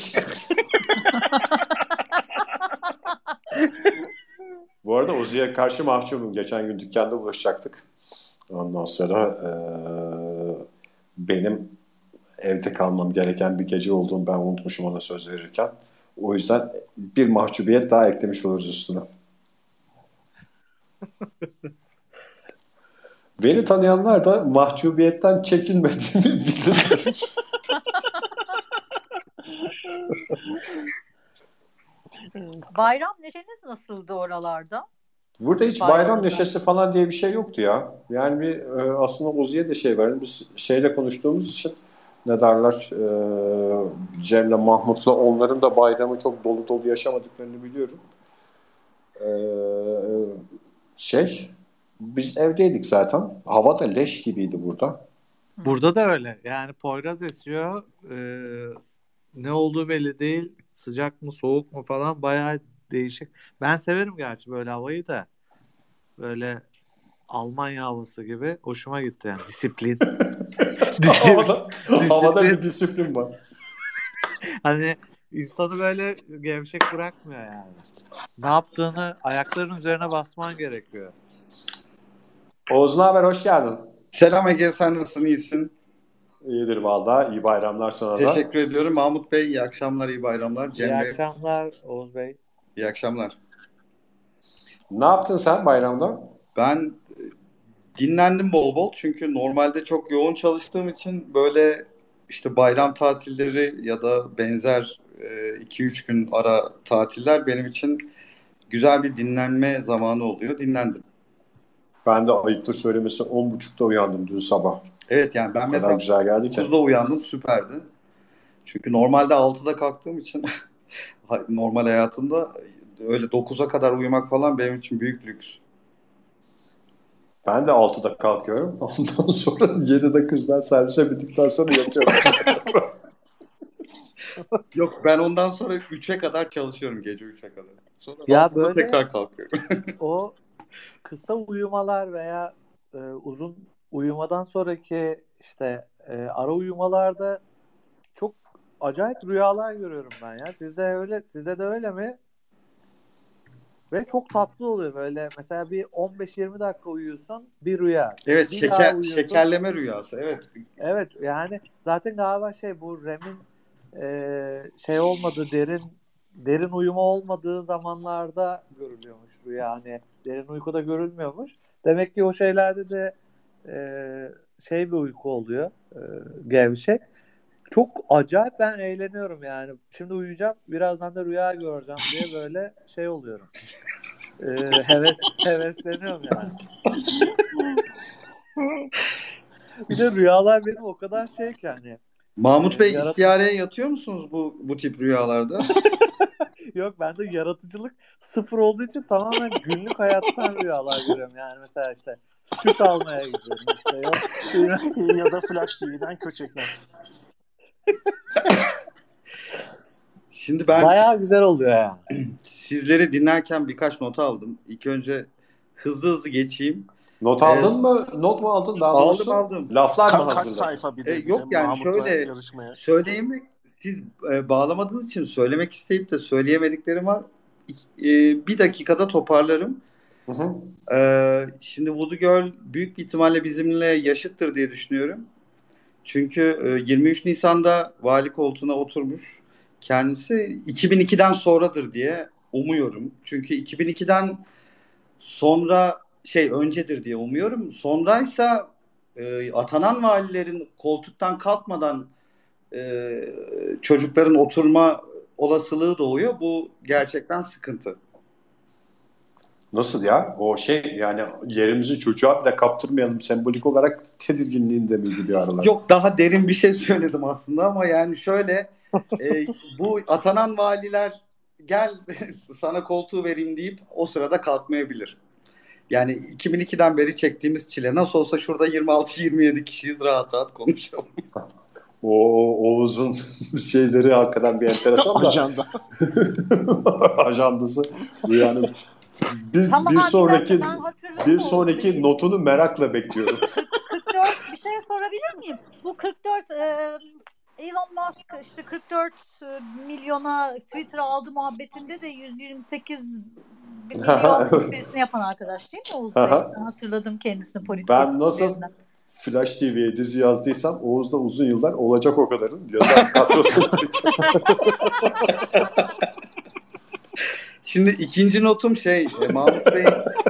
Bu arada Ozzy'ye karşı mahcubum. Geçen gün dükkanda buluşacaktık. Ondan sonra benim evde kalmam gereken bir gece olduğunu ben unutmuşum ona söz verirken. O yüzden bir mahcubiyet daha eklemiş oluruz üstüne. Beni tanıyanlar da mahcubiyetten çekinmediğimi bilirler. Bayram neşeniz nasıldı oralarda? Burada hiç Bayram bayram özel. neşesi falan diye bir şey yoktu ya. Yani bir aslında Ozi'ye de şey var. Biz şeyle konuştuğumuz için ne derler Cem'le Mahmut'la onların da bayramı çok dolu dolu yaşamadıklarını biliyorum. E, biz evdeydik zaten. Hava da leş gibiydi burada. Burada da öyle. Yani Poyraz esiyor. Ne olduğu belli değil. Sıcak mı soğuk mu falan bayağı değişik. Ben severim gerçi böyle havayı da. Böyle Almanya havası gibi. Hoşuma gitti yani. Disiplin. Havada, havada Disiplin. bir disiplin var. Hani insanı böyle gevşek bırakmıyor yani. Ne yaptığını ayaklarının üzerine basman gerekiyor. Oğuz ne haber? Hoş geldin. Selam Ege, sen nasılsın, iyisin? İyidir valla. İyi bayramlar sana da. Teşekkür ediyorum. Mahmut Bey, iyi akşamlar, iyi bayramlar. İyi Cem Bey, akşamlar Oğuz Bey. iyi akşamlar. Ne yaptın sen bayramda? Ben dinlendim bol bol çünkü normalde çok yoğun çalıştığım için böyle işte bayram tatilleri ya da benzer 2-3 gün ara tatiller benim için güzel bir dinlenme zamanı oluyor. Dinlendim. Ben de ayıptır söylemesi 10.30'da uyandım dün sabah. Evet, yani ben O kadar mesela güzel geldi ki. 9'da uyandım, süperdi. Çünkü normalde 6'da kalktığım için normal hayatımda öyle 9'a kadar uyumak falan benim için büyük lüks. Ben de 6'da kalkıyorum. Ondan sonra 7'de kızlar servise bittikten sonra yatıyorum. Yok, ben ondan sonra 3'e kadar çalışıyorum, gece 3'e kadar. Sonra Ya 6'da böyle tekrar kalkıyorum. o kısa uyumalar veya uzun uyumadan sonraki işte ara uyumalarda çok acayip rüyalar görüyorum ben ya. Sizde de öyle mi? Ve çok tatlı oluyor böyle. Mesela bir 15-20 dakika uyuyorsun, bir rüya. Evet, Bir daha uyuyorsun. şekerleme rüyası. Evet. Evet yani zaten galiba bu REM'in şey olmadığı derin uyuma olmadığı zamanlarda görülüyormuş rüya. Yani derin uykuda görülmüyormuş. Demek ki o şeylerde de bir uyku oluyor. Gevşek. Çok acayip ben eğleniyorum yani. Şimdi uyuyacağım. Birazdan da rüya göreceğim diye böyle oluyorum. Hevesleniyorum yani. Bir de rüyalar benim o kadar ki hani Mahmut Bey, yarat istihareye yatıyor musunuz bu tip rüyalarda? yok bende yaratıcılık sıfır olduğu için tamamen günlük hayattan rüyalar görüyorum. Yani mesela işte süt almaya gidiyorum işte yok. Ya da Flash TV'den köçekler. Şimdi ben Bayağı güzel oluyor yani. sizleri dinlerken birkaç not aldım. İlk önce hızlı geçeyim. Not aldın mı? Not mu aldın daha doğrusu? Aldım. Laflar mı Kaç hazırladın? sayfa bir de Yok yani Mahmut'la şöyle yarışmaya. söyleyeyim, siz bağlamadığınız için söylemek isteyip de söyleyemediklerim var. Bir dakikada toparlarım. Hı hı. Şimdi Voodoo Girl büyük bir ihtimalle bizimle yaşıttır diye düşünüyorum. Çünkü 23 Nisan'da vali koltuğuna oturmuş. Kendisi 2002'den sonradır diye umuyorum. Çünkü 2002'den sonra öncedir diye umuyorum. Sonraysa atanan valilerin koltuktan kalkmadan çocukların oturma olasılığı doğuyor. Bu gerçekten sıkıntı. Nasıl ya? O yani yerimizi çocuğa bile kaptırmayalım sembolik olarak tedirginliğinde miydi bir aralar? Yok, daha derin bir şey söyledim aslında ama yani şöyle bu atanan valiler gel sana koltuğu vereyim deyip o sırada kalkmayabilir. Yani 2002'den beri çektiğimiz çile nasıl olsa şurada 26-27 kişiyiz, rahat rahat konuşalım. Oğuz'un şeyleri hakikaten bir enteresan da. Ajanda. Ajandası. Yani Tamam, bir sonraki ben hatırladım Oğuz Bey'i. notunu merakla bekliyorum. 44 bir şey sorabilir miyim? Bu 44 Elon Musk işte 44 milyona Twitter aldı muhabbetinde de 128 milyon esprisini yapan arkadaş değil mi Oğuz Bey? Ben hatırladım kendisini politik Ben nasıl esprilerinden. Flash TV'ye dizi yazdıysam Oğuz da uzun yıllar olacak o kadarın yazar kadrosu. Şimdi ikinci notum Mahmut Bey.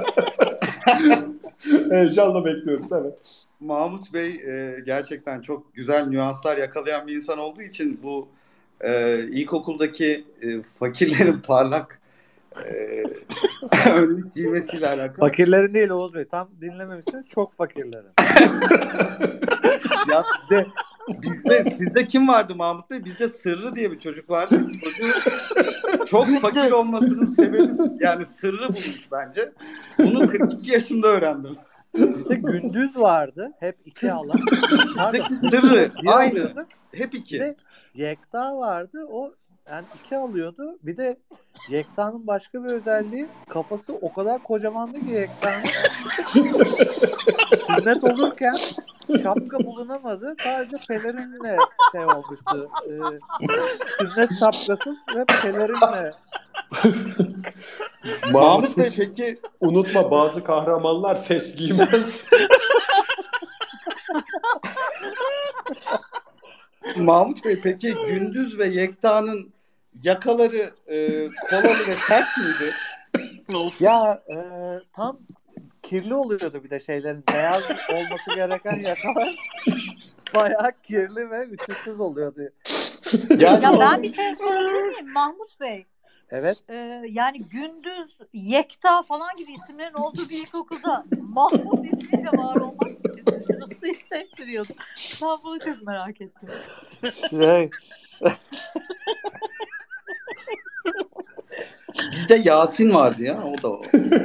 Heyecanla bekliyoruz, evet. Mahmut Bey gerçekten çok güzel nüanslar yakalayan bir insan olduğu için bu ilkokuldaki fakirlerin parlak önlük giymesiyle alakalı. Fakirlerin değil Oğuz Bey. Tam dinlememişsin. Çok fakirlerin. Ya sizde kim vardı Mahmut Bey? Bizde Sırrı diye bir çocuk vardı. Çocuğun çok fakir olmasının sebebi yani Sırrı bulmuş bence. Bunu 42 yaşında öğrendim. Bizde Gündüz vardı. Hep 2 alan. Bizdeki Sırrı Bir aynı. alıyordu. Hep Bir 2. de Yekta vardı. O yani 2 alıyordu. Bir de Yekta'nın başka bir özelliği, kafası o kadar kocamandı ki Yekta'nın. Sünnet olurken şapka bulunamadı. Sadece pelerinle olmuştu. Sünnet şapkasız ve pelerinle. Mahmut Bey peki Unutma, bazı kahramanlar fes giymez. Mahmut Bey peki Gündüz ve Yekta'nın yakaları kolalı ve sert miydi? Ya tam kirli oluyordu bir de şeylerin. Beyaz olması gereken yakalar bayağı kirli ve ütüsüz oluyordu. Yani Ya ben bir şey sorabilir miyim Mahmut Bey? Evet. Yani Gündüz, Yekta falan gibi isimlerin olduğu bir ilkokulda Mahmut ismiyle var olmak sizi nasıl hissettiriyordu? Ben bunu çok merak ettim. bizde Yasin vardı ya, o da o.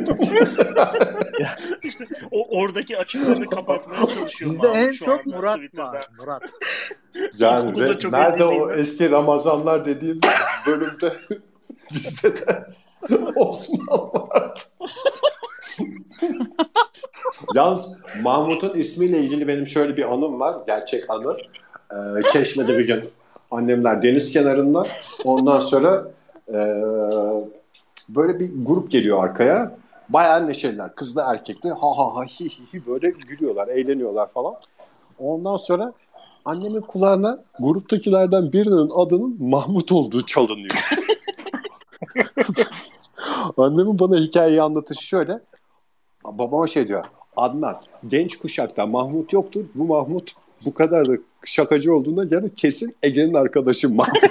Oradaki açıkları kapatmaya çalışıyor. Bizde Mahmut en şu çok anda Murat Twitter'da. var. Murat. Yani İlkokulda çok nerede o ezilmeyin. eski Ramazanlar dediğim bölümde bizde de Osman vardı. Yalnız Mahmut'un ismiyle ilgili benim şöyle bir anım var. Gerçek anı. Çeşme'de bir gün annemler deniz kenarında. Ondan sonra böyle bir grup geliyor arkaya. Bayağı neşeliler. Kızlı erkekli. Ha ha ha hi hi hi böyle gülüyorlar, eğleniyorlar falan. Ondan sonra annemin kulağına gruptakilerden birinin adının Mahmut olduğu çalınıyor. Annemin bana hikayeyi anlatışı şöyle. Babama şey diyor. Adnan, genç kuşakta Mahmut yoktur. Bu Mahmut bu kadar da şakacı olduğuna göre kesin Ege'nin arkadaşı Mahmut.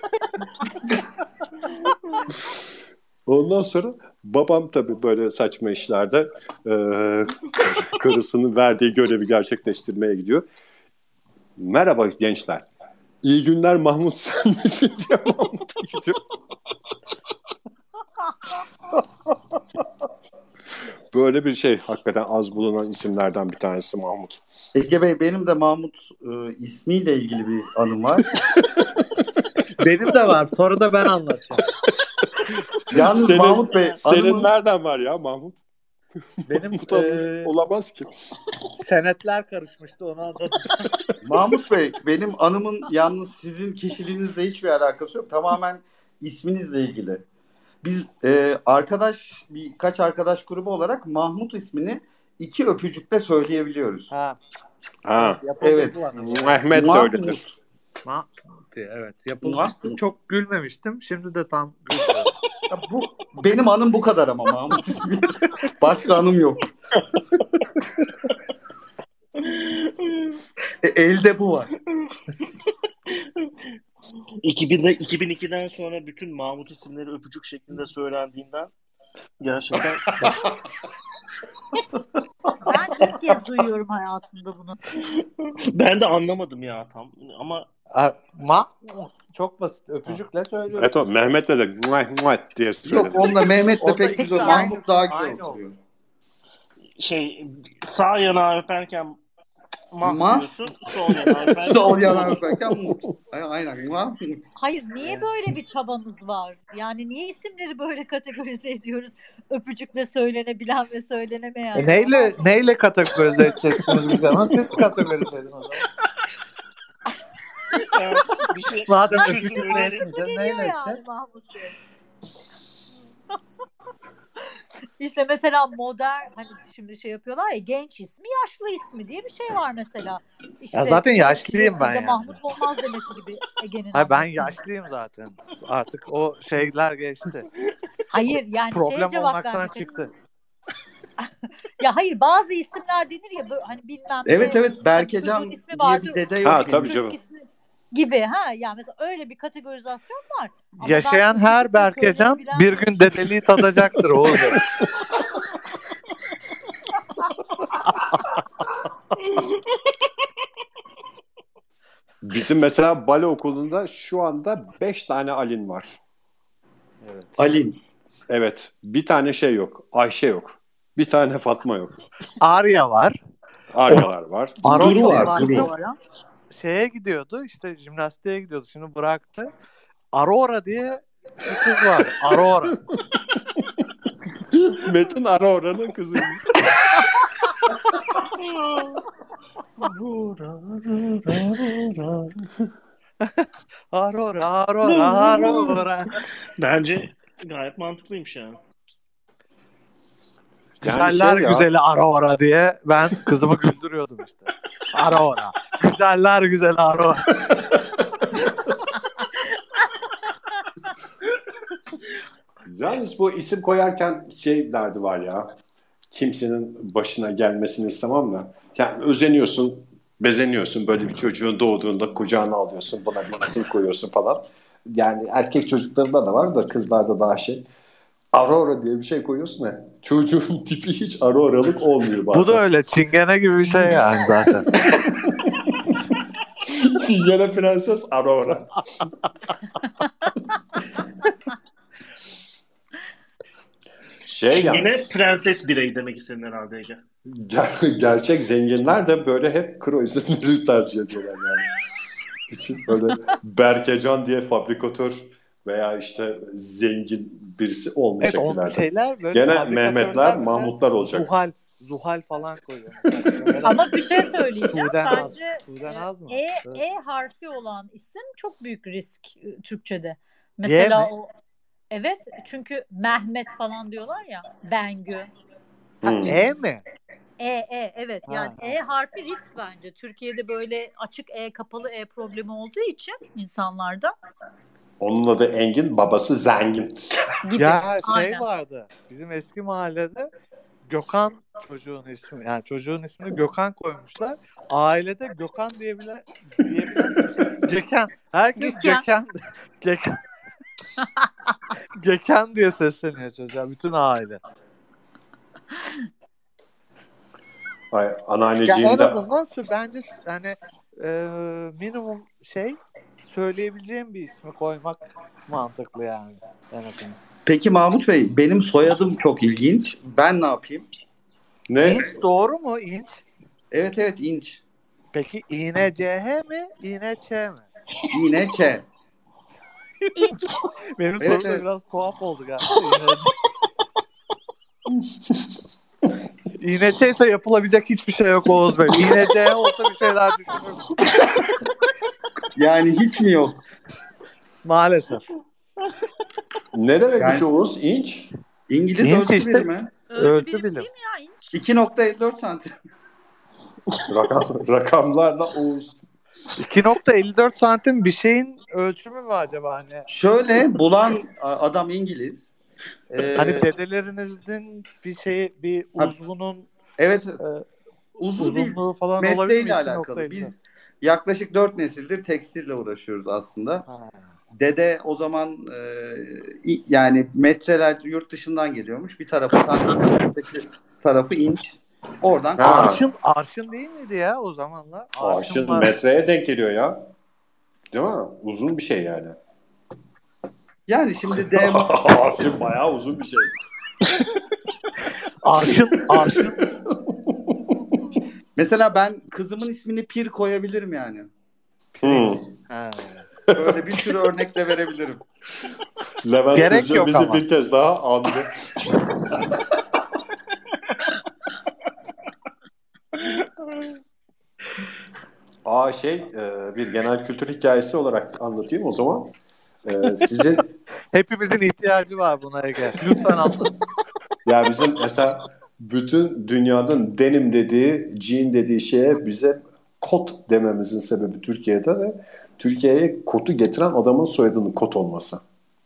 Ondan sonra babam tabii böyle saçma işlerde karısının verdiği görevi gerçekleştirmeye gidiyor. Merhaba gençler. İyi günler Mahmut, sen misin diye Mahmut'a gidiyor. Böyle bir şey, hakikaten az bulunan isimlerden bir tanesi Mahmut. Ege Bey, benim de Mahmut ismiyle ilgili bir anım var. Benim de var. Sonra da ben anlatacağım. Yalnız Mahmut Bey, senin nereden var ya Mahmut? Benim Bu olamaz ki. senetler karışmıştı, onu anlatacağım. Mahmut Bey, benim anımın yalnız sizin kişiliğinizle hiçbir alakası yok. Tamamen isminizle ilgili. Biz birkaç arkadaş grubu olarak Mahmut ismini 2 öpücükle söyleyebiliyoruz. Ha. Ha. Evet. Mehmet de öyledir. Evet. Yapılmıştı. Çok gülmemiştim. Şimdi de tam gülüyorum. Benim anım bu kadar ama Mahmut ismi. Başka anım yok. Elde bu var. 2002'den sonra bütün Mahmut isimleri öpücük şeklinde söylendiğinden gerçekten Ben ilk kez duyuyorum hayatımda bunu. ben de anlamadım ya tam ama çok basit. Öpücükle söylüyorsun. Evet, o Mehmet'le de diye söyledi. Yok, onunla Mehmet'le pek Peki güzel. yani- Mahmut daha güzel Aynı oturuyor. sağ yanağı öperken diyorsun, sol yanağı öperken Sol yana öperken Mut. Aynen. Mahmut. Hayır, niye böyle bir çabamız var? Yani niye isimleri böyle kategorize ediyoruz? Öpücükle söylenebilen ve söylenemeyen. Neyle kategorize edeceksiniz bize? Ama siz kategorize edin o zaman. bir şey Madem çözüm öpücükle öneri- Mantıklı etmeyeceğim, geliyor neyle yani edeceğim? Mahmut Bey. İşte mesela modern, hani şimdi şey yapıyorlar ya, genç ismi yaşlı ismi diye bir şey var mesela. İşte Ya zaten yaşlıyım ben nesilde yani. Mahmut olmaz demesi gibi Ege'nin Hayır, ben annesinin. yaşlıyım zaten. Artık o şeyler geçti. Hayır yani Problem cevap olmaktan vermek çıktı. Ya hayır, bazı isimler denir ya böyle, hani bilmem Evet ne. evet, Berkecan Çocuğun ismi diye vardır. bir dede yok. Ha, tabii henüz. canım. Çocuk ismi gibi ha. Yani mesela öyle bir kategorizasyon var. Ama Yaşayan belki her çocukla Berkecan söylenebilen bir gün dedeliği tadacaktır Oğuz Bey. Bizim mesela bale okulunda şu anda 5 tane Alin var. Evet. Alin. Evet. Bir tane şey yok. Ayşe yok. Bir tane Fatma yok. Arya var. Aryalar var. Aron Duru benim var, kızım Duru. bu ara. şeye gidiyordu, işte jimnastiğe gidiyordu. Şimdi bıraktı. Aurora diye bir kız var. Aurora. Metin Aurora'nın kızıymış. Aurora, Aurora, Aurora. Bence gayet mantıklıymış yani. Yani Güzeller şey ya. güzeli Aurora diye ben kızımı güldürüyordum işte. Aurora. Güzeller güzeli Aurora. Yalnız bu isim koyarken şey derdi var ya. Kimsenin başına gelmesini istemem de. Yani özeniyorsun, bezeniyorsun. Böyle bir çocuğun doğduğunda kucağına alıyorsun. Buna bir isim koyuyorsun falan. Yani erkek çocuklarında da var da kızlarda daha şey. Aurora diye bir şey koyuyorsun ya. Çocuğun tipi hiç Aurora'lık olmuyor bazen. Bu da öyle çingene gibi bir şey yani zaten. Çingene Prenses Aurora. Yine Yalnız, prenses birey demek istedin herhalde Ege. gerçek zenginler de böyle hep kro isimleri tercih ediyorlar yani. için böyle Berkecan diye fabrikatör veya işte zengin birisi Evet, olmayacak onun ileride. şeyler böyle Gene fabrikatörler Mehmetler, mesela Mahmutlar olacak. Zuhal falan koyuyor mesela. Ama bir şey söyleyeceğim. Tuğden Az. Bence Tuğden Az mı? E harfi olan isim çok büyük risk Türkçe'de. Y Mesela mi? o evet, çünkü Mehmet falan diyorlar ya. Bengü. E mi? Evet, Ha, yani ha. E harfi risk bence. Türkiye'de böyle açık E, kapalı E problemi olduğu için insanlarda Onun adı Engin, babası zengin. gibi. Ya şey Aynen. vardı. Bizim eski mahallede Gökhan çocuğun ismi. Yani çocuğun ismini Gökhan koymuşlar. Ailede Gökhan diyebilen Gökhan. Herkes Gökhan. Gökhan. Gökhan diye sesleniyor çocuğa. Bütün aile. Ay, Ya anneanneciğin en de azından bence hani minimum şey söyleyebileceğim bir ismi koymak mantıklı yani en azından. Peki Mahmut Bey, benim soyadım çok ilginç. Ben ne yapayım? ne? İnç doğru mu? İnç. Evet, İnç. Peki İNCH mi? İNÇ mi? İğne Ç. İnç. Benim Evet, sorum da evet. biraz tuhaf oldu galiba. İNÇ ise yapılabilecek hiçbir şey yok Oğuz Bey. İNC olsa bir şeyler düşünürüm. Yani hiç mi yok? Maalesef. Ne demekmiş Yani Oğuz? İnç? İngiliz İnç ölçü işte. birimi. Ölçü Ölçü bilim. değil mi ya inç? 2.54 santim. Rakamlarla Oğuz. 2.54 santim bir şeyin ölçümü mü acaba hani? Şöyle bulan adam İngiliz. Hani dedelerinizin bir uzvunun Evet, uzun bir uzunluğu falan olabilir mi? mesleğiyle alakalı. 2.54. Biz yaklaşık 4 nesildir tekstille uğraşıyoruz aslında. Ha. Dede o zaman yani metreler yurt dışından geliyormuş. Bir tarafı santimetre, öteki tarafı inç. Oradan Ha. Arşın değil miydi ya o zamanlar? Arşın var. metreye denk geliyor ya. Değil mi? Uzun bir şey yani. yani şimdi Arşın bayağı uzun bir şey. Arşın. mesela ben kızımın ismini Pir koyabilirim yani. Ha. Böyle bir sürü örnek de verebilirim. Levent Gerek Kırca yok bizi ama. bir kez daha andı. Bir genel kültür hikayesi olarak anlatayım o zaman. Sizin Hepimizin ihtiyacı var buna Ege. Lütfen anlat. ya bizim mesela bütün dünyanın denim dediği, jean dediği şeye bize kot dememizin sebebi Türkiye'de de Türkiye'ye kotu getiren adamın soyadının kot olması.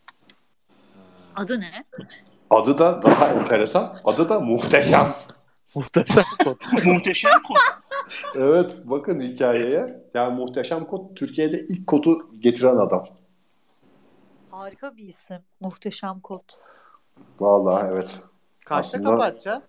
Adı ne? Adı da daha enteresan. Adı da Muhteşem. Muhteşem kod. Muhteşem kod. Evet, bakın hikayeye. Yani Muhteşem Kod Türkiye'de ilk kodu getiren adam. Harika bir isim. Muhteşem Kod. Vallahi evet. Kaçta Aslında kapatacağız?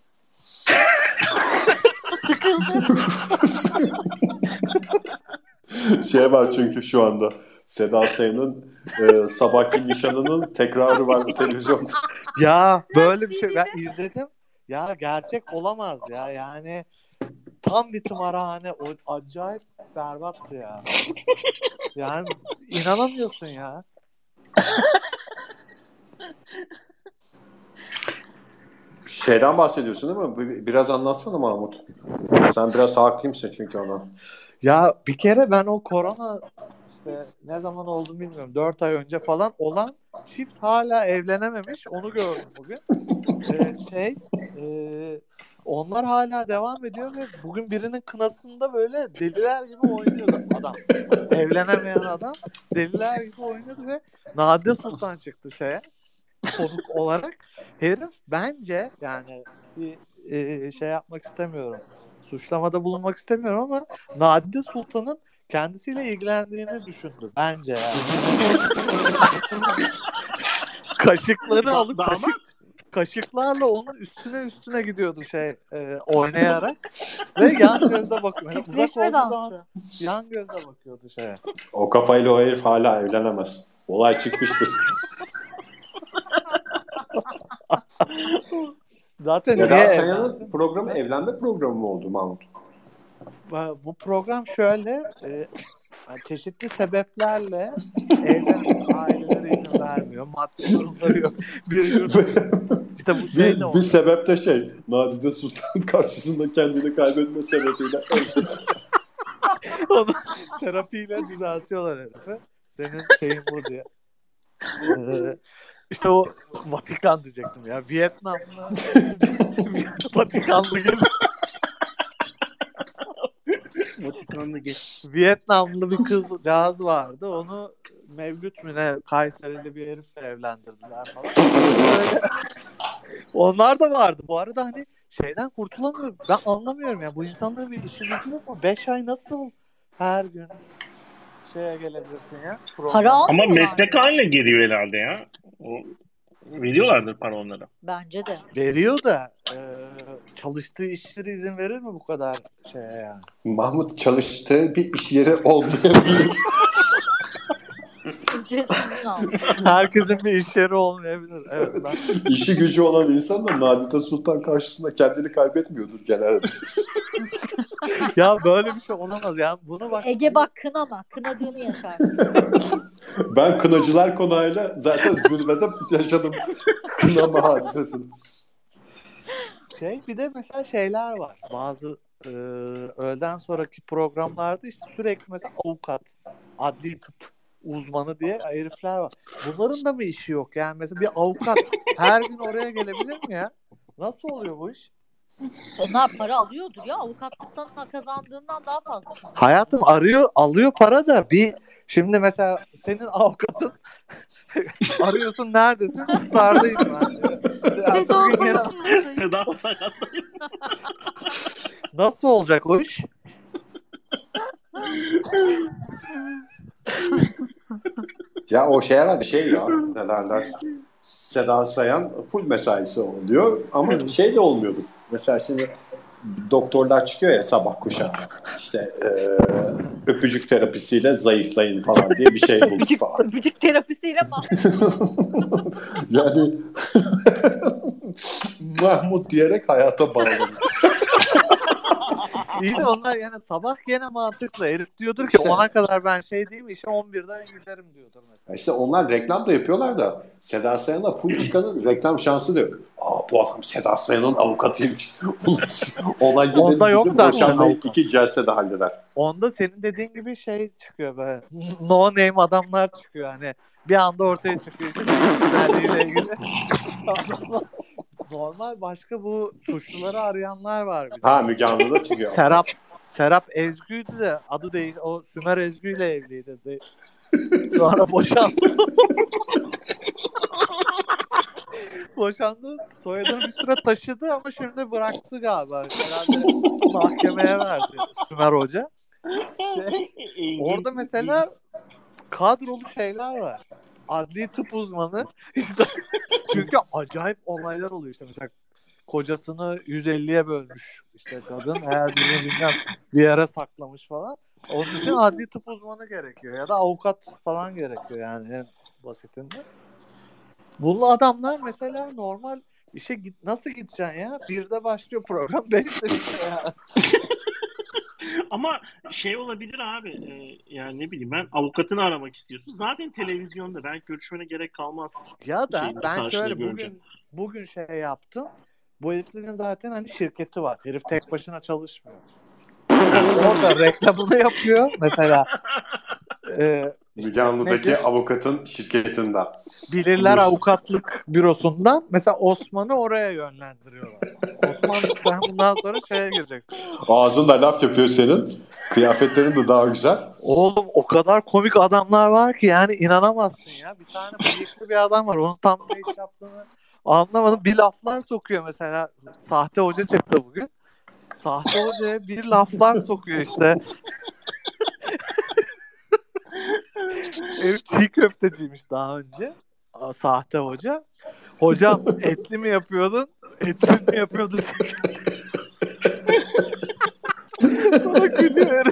şey var çünkü şu anda Seda Sayan'ın sabahki nişanının tekrarı var televizyonda. Ya böyle bir şey ben izledim. Ya gerçek olamaz ya. Yani tam bir tımarhane. O acayip berbattı ya. Yani inanamıyorsun ya. Şeyden bahsediyorsun değil mi? Biraz anlatsana Mahmut. Sen biraz hakimsin çünkü ona. Ya bir kere ben o korona işte ne zaman oldu bilmiyorum. 4 ay önce falan olan çift hala evlenememiş. Onu gördüm bugün. Şey onlar hala devam ediyor ve bugün birinin kınasında böyle deliler gibi oynuyordu adam. Evlenemeyen adam deliler gibi oynuyordu ve Nadide Sultan çıktı şeye konuk olarak. Herif bence yani bir şey yapmak istemiyorum. Suçlamada bulunmak istemiyorum ama Nadide Sultan'ın kendisiyle ilgilendiğini düşündü. Bence yani. Kaşıkları alıp kaşıklarla onun üstüne gidiyordu oynayarak ve yan gözle bakıyor. Yani uzak Çiftleşme olduğu dansı. zaman yan gözle bakıyordu şeye. O kafayla o herif hala evlenemez. Olay çıkmıştır. Zaten Seda niye Sayan'ın evlensin? programı evlenme programı mı oldu Mahmut? Bu program şöyle yani çeşitli sebeplerle evlenemez. Aileleri izin vermiyor. Maddi durumları yok. Bir yurt işte bu şey de Bir oldu. sebep de Nadide Sultan karşısında kendini kaybetme sebebiyle. Onu terapiyle düzeltiyorlar herifi. Senin şeyin bu diye. İşte o Vatikan diyecektim ya. Vietnamlı Vatikanlı gibi. Vatikan'da geç. Vietnamlı bir kızcağız vardı. Onu Mevlüt mü ne Kayserili bir herifle evlendirdiler falan. Böyle. Onlar da vardı. Bu arada hani şeyden kurtulamıyorum. Ben anlamıyorum ya. Bu insanların bir işi gücü yok mu? 5 ay nasıl her gün şeye gelebilirsin ya? Para Ama almıyorlar meslek mı? haline geliyor herhalde ya. O, veriyorlardır para onlara. Bence de. Veriyor da çalıştığı işlere izin verir mi bu kadar şeye yani? Mahmut çalıştığı bir iş yeri olmayabilir. Ücretsiz izin almış. Herkesin bir iş yeri olmayabilir. Evet ben İşi gücü olan insan da Nadide Sultan karşısında kendini kaybetmiyordur genelde. ya böyle bir şey olamaz ya. Bunu bak Ege bak kınama. Kınadığını yaşarsın. Ben Kınacılar Konağı'yla zaten zirvede yaşadım kınama hadisesini. bir de mesela şeyler var. Bazı öğleden sonraki programlarda işte sürekli mesela avukat, adli tıp uzmanı diye herifler var. Bunların da mı işi yok? Yani mesela bir avukat her gün oraya gelebilir mi ya? Nasıl oluyor bu iş? Onlar para alıyordur ya. Avukatlıktan kazandığından daha fazla kazanıyor. Hayatım alıyor para da şimdi mesela senin avukatın arıyorsun neredesin? Star'dayım ben. Seda Sayan. Nasıl olacak o iş? Ya o herhalde ya ne derler, Seda Sayan full mesaisi oluyor ama de olmuyordur. Mesela şimdi doktorlar çıkıyor ya sabah kuşağı işte öpücük terapisiyle zayıflayın falan diye bir şey bulduk falan. Öpücük terapisiyle Yani Mahmut diyerek hayata bağladı. İyi de onlar yani sabah gene mantıklı. Herif diyordur ki 10'a kadar ben değilim işe 11'den giderim diyordur mesela. İşte onlar reklam da yapıyorlar da Seda Sayan'a full çıkanın reklam şansı da yok. Bu adam Seda Sayan'ın avukatıymış. Ona gidelim Onda yok bizim zaten boşanmayı avukat. 2 celsede halleder. Onda senin dediğin gibi çıkıyor böyle. No name adamlar çıkıyor hani. Bir anda ortaya çıkıyor işte güzelliğiyle ilgili. Normal başka bu suçluları arayanlar var bir de. Ha Müge Anlı'da çıkıyor. Serap Ezgü'ydü de adı değil. O Sümer Ezgü ile evliydi. Sonra boşandı. Boşandı. Soyadını bir süre taşıdı ama şimdi bıraktı galiba. Herhalde mahkemeye verdi Sümer Hoca. Orada mesela kadrolu şeyler var. Adli tıp uzmanı. Çünkü acayip olaylar oluyor işte. Mesela kocasını 150'ye bölmüş işte kadın. Eğer birini bilmem bir yere saklamış falan. Onun için adli tıp uzmanı gerekiyor. Ya da avukat falan gerekiyor yani en basitinde. Bu adamlar mesela normal işe nasıl gideceksin ya? 1'de başlıyor program, 5'te bitiyor ya. Ama şey olabilir abi, yani ne bileyim ben, avukatını aramak istiyorsun. Zaten televizyonda belki görüşmene gerek kalmaz. Ya da Şeyini, ben karşında şöyle görünce. bugün şey yaptım. Bu heriflerin zaten hani şirketi var. Herif tek başına çalışmıyor. Orada reklamını yapıyor. Mesela Müge Anlı'daki nedir? avukatın şirketinden. Bilirler Avukatlık Bürosu'ndan mesela Osman'ı oraya yönlendiriyorlar. Osman sen bundan sonra şeye gireceksin. Ağzında laf yapıyor senin. Kıyafetlerin de daha güzel. Oğlum o kadar komik adamlar var ki yani inanamazsın ya. Bir tane bıyıklı bir adam var. Onun tam ne iş yaptığını anlamadım. Bir laflar sokuyor mesela. Sahte hoca çıktı bugün. Sahte hocaya bir laflar sokuyor işte. Herif çiğ köfteciymiş daha önce. Sahte hoca. Hocam etli mi yapıyordun? Etsiz mi yapıyordun? Sonra gülüyor herif.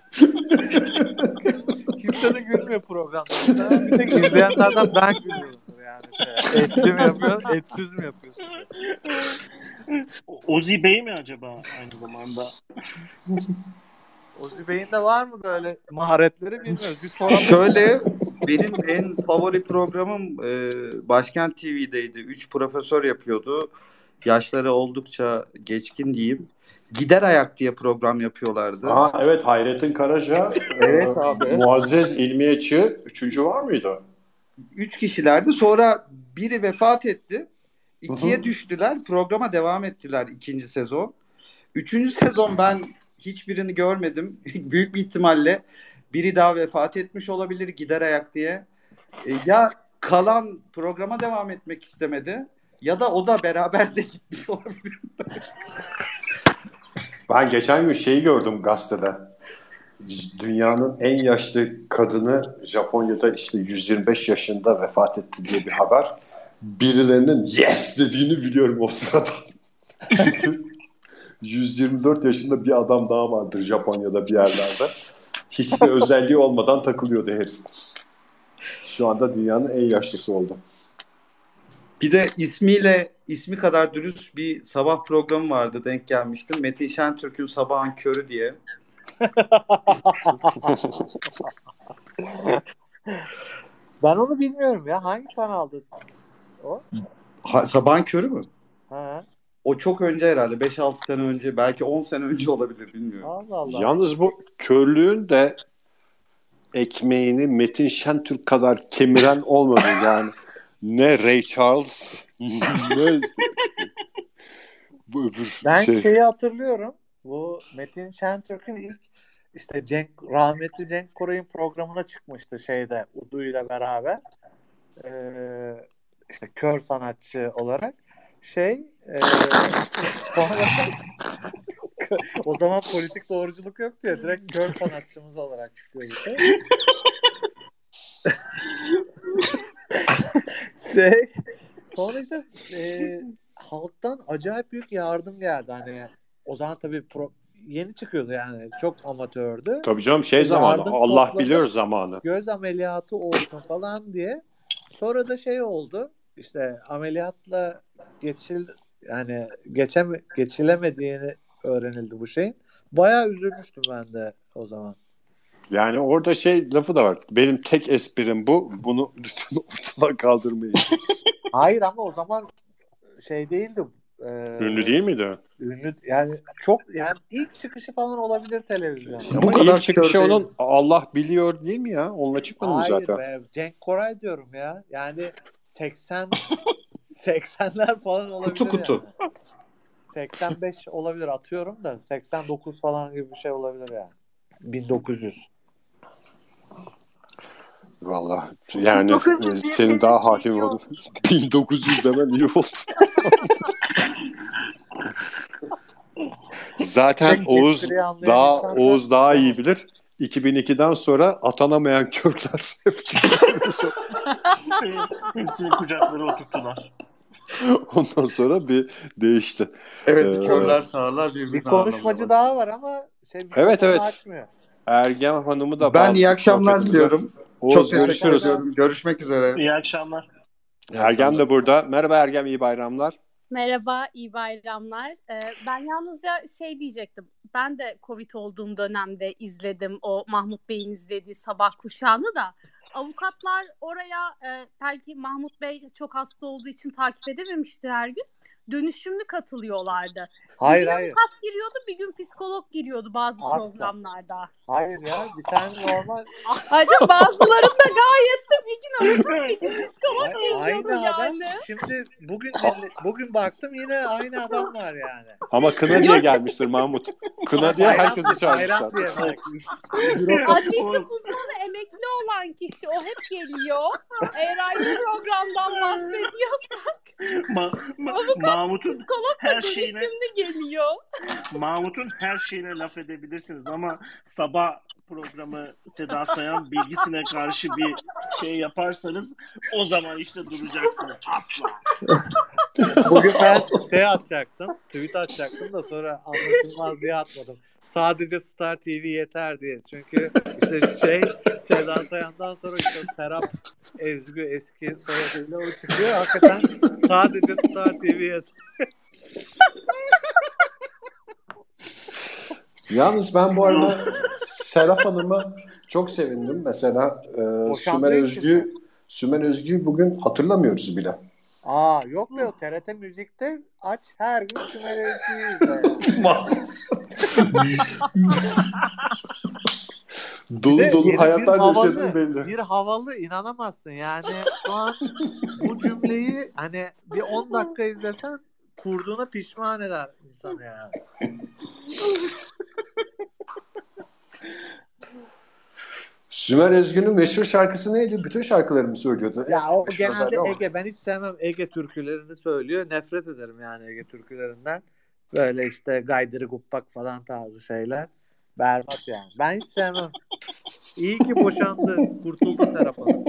Kimse de gülmüyor programda. Bir tek izleyenlerden ben gülüyorumdur yani. Etli mi yapıyorsun? Etsiz mi yapıyorsun? Ozi Bey mi acaba aynı zamanda? Ozi Bey'in de var mı böyle maharetleri bilmiyoruz. Bir soralım. Şöyle benim en favori programım Başkent TV'deydi. 3 profesör yapıyordu. Yaşları oldukça geçkin diyeyim. Gider Ayak diye program yapıyorlardı. Evet, Hayrettin Karaca, Evet abi. Muazzez İlmiye Çığ, 3. var mıydı? 3 kişilerdi. Sonra biri vefat etti. Hı 2'ye hı. düştüler. Programa devam ettiler 2. sezon. 3. sezon ben hiçbirini görmedim. Büyük bir ihtimalle biri daha vefat etmiş olabilir Gider Ayak diye. Ya kalan programa devam etmek istemedi ya da o da beraber de gitmiş olabilir. Ben geçen gün şeyi gördüm gazetede. Dünyanın en yaşlı kadını Japonya'da işte 125 yaşında vefat etti diye bir haber. Birilerinin yes dediğini biliyorum o sırada. Çünkü 124 yaşında bir adam daha vardır Japonya'da bir yerlerde. Hiçbir özelliği olmadan takılıyordu herif. Şu anda dünyanın en yaşlısı oldu. Bir de ismi kadar dürüst bir sabah programı vardı, denk gelmiştim. Metin Şentürk'ün Sabahın Körü diye. Ben onu bilmiyorum ya. Hangi kanaldı o? Sabahın Körü mü? Ha. O çok önce herhalde. 5-6 sene önce, belki 10 sene önce olabilir, bilmiyorum. Allah Allah. Yalnız bu körlüğün de ekmeğini Metin Şentürk kadar kemiren olmadı yani. Ne Ray Charles ne bu öbür Ben şey. şeyi hatırlıyorum. Bu Metin Şentürk'ün ilk işte rahmetli Cenk Koray'ın programına çıkmıştı şeyde Udu'yla beraber. İşte kör sanatçı olarak. Sonra o zaman politik doğruculuk yoktu ya. Direkt kör sanatçımız olarak çıkıyordu sonra işte halktan acayip büyük yardım geldi. Hani o zaman tabii yeni çıkıyordu yani. Çok amatördü. Tabii canım zamanı. Allah topladı, biliyor zamanı. Göz ameliyatı olsun falan diye. Sonra da oldu. İşte ameliyatla geçilemediğini öğrenildi bu şeyin. Bayağı üzülmüştüm ben de o zaman. Yani orada lafı da var. Benim tek esprim bu. Bunu lütfen ortadan kaldırmayın. Hayır ama o zaman değildi. Ünlü değil miydi? Ünlü yani ilk çıkışı falan olabilir televizyonda. Bu kadar çıkışı körde... onun Allah biliyor değil mi ya? Onunla çıkmadı mı zaten? Hayır be. Cenk Koray diyorum ya. Yani 80'ler falan olabilir Kutu. yani. 85 olabilir atıyorum da 89 falan gibi bir şey olabilir yani. 1900. Vallahi yani 1900 senin daha diyebiliriz, hakim iyi oldun. 1900 demen iyi oldu. Zaten Tek Oğuz espriyi anlayan insanlar Oğuz daha iyi bilemez. bilir. 2002'den sonra atanamayan Kürtler hep Hepsini kucaklara oturttular. ondan sonra bir değişti. Evet, Ee, körler sağırlar Bir birbirini konuşmacı ağırlamaya daha var ama Evet, mikrofonu evet. açmıyor. Ergen Hanım'ı da Ben iyi bağladık akşamlar sohbetimize. diliyorum. Oğuz, Çok teşekkür görüşürüz. ediyorum. Görüşmek üzere. İyi akşamlar. Ergem de burada. Merhaba Ergem, iyi bayramlar. Merhaba, iyi bayramlar. Ben yalnızca şey diyecektim. Ben de Covid olduğum dönemde izledim o Mahmut Bey'in izlediği Sabah Kuşağı'nı da. Avukatlar oraya belki Mahmut Bey çok hasta olduğu için takip edememiştir her gün. Dönüşümlü katılıyorlardı. Hayır Bir gün hayır. avukat giriyordu, bir gün psikolog giriyordu bazı Asla. programlarda. Hayır ya, bir tane normal Ayrıca bazılarında gayet de bir gün avukat, bir gün psikolog giriyordu aynı adam. yani. Şimdi bugün baktım yine aynı adam var yani. Ama kına diye gelmiştir Mahmut. Kına diye herkesi Bayram diye çağırmışlar. belki. Adli tıp uzmanı emekli olan kişi o hep geliyor. Eğer aynı programdan bahsediyorsak Mahmut'un psikolog her da şeyine dönüşümlü geliyor. Mahmut'un her şeyine laf edebilirsiniz ama sabah programı Seda Sayan bilgisine karşı bir şey yaparsanız o zaman işte duracaksınız. Asla. Bugün ben tweet atacaktım da sonra anlaşılmaz diye atmadım. Sadece Star TV yeter diye. Çünkü işte Seda Sayan'dan sonra işte Serap Ezgü eski soyadıyla o çıkıyor. Hakikaten sadece Star TV yeter. Yalnız ben bu arada Serap Hanım'a çok sevindim. Mesela Sümer Özgü'yü bugün hatırlamıyoruz bile. Yok be, o TRT Müzik'te aç her gün Sümer Özgü'yü izle. Dolu hayatlar yaşadığım belli. Bir havalı inanamazsın yani şu an bu cümleyi hani bir 10 dakika izlesen kurduğuna pişman eder insan yani. Sümer Özgü'nün meşhur şarkısı neydi? Bütün şarkılarını söylüyordu. Ya o Meşhur genelde özelliği o. Ege, ben hiç sevmem Ege türkülerini söylüyor. Nefret ederim yani Ege türkülerinden. Böyle işte gaydırı guppak falan tarzı şeyler. Berbat yani. Ben hiç sevmem. İyi ki boşandı. Kurtuldu Serap Hanım.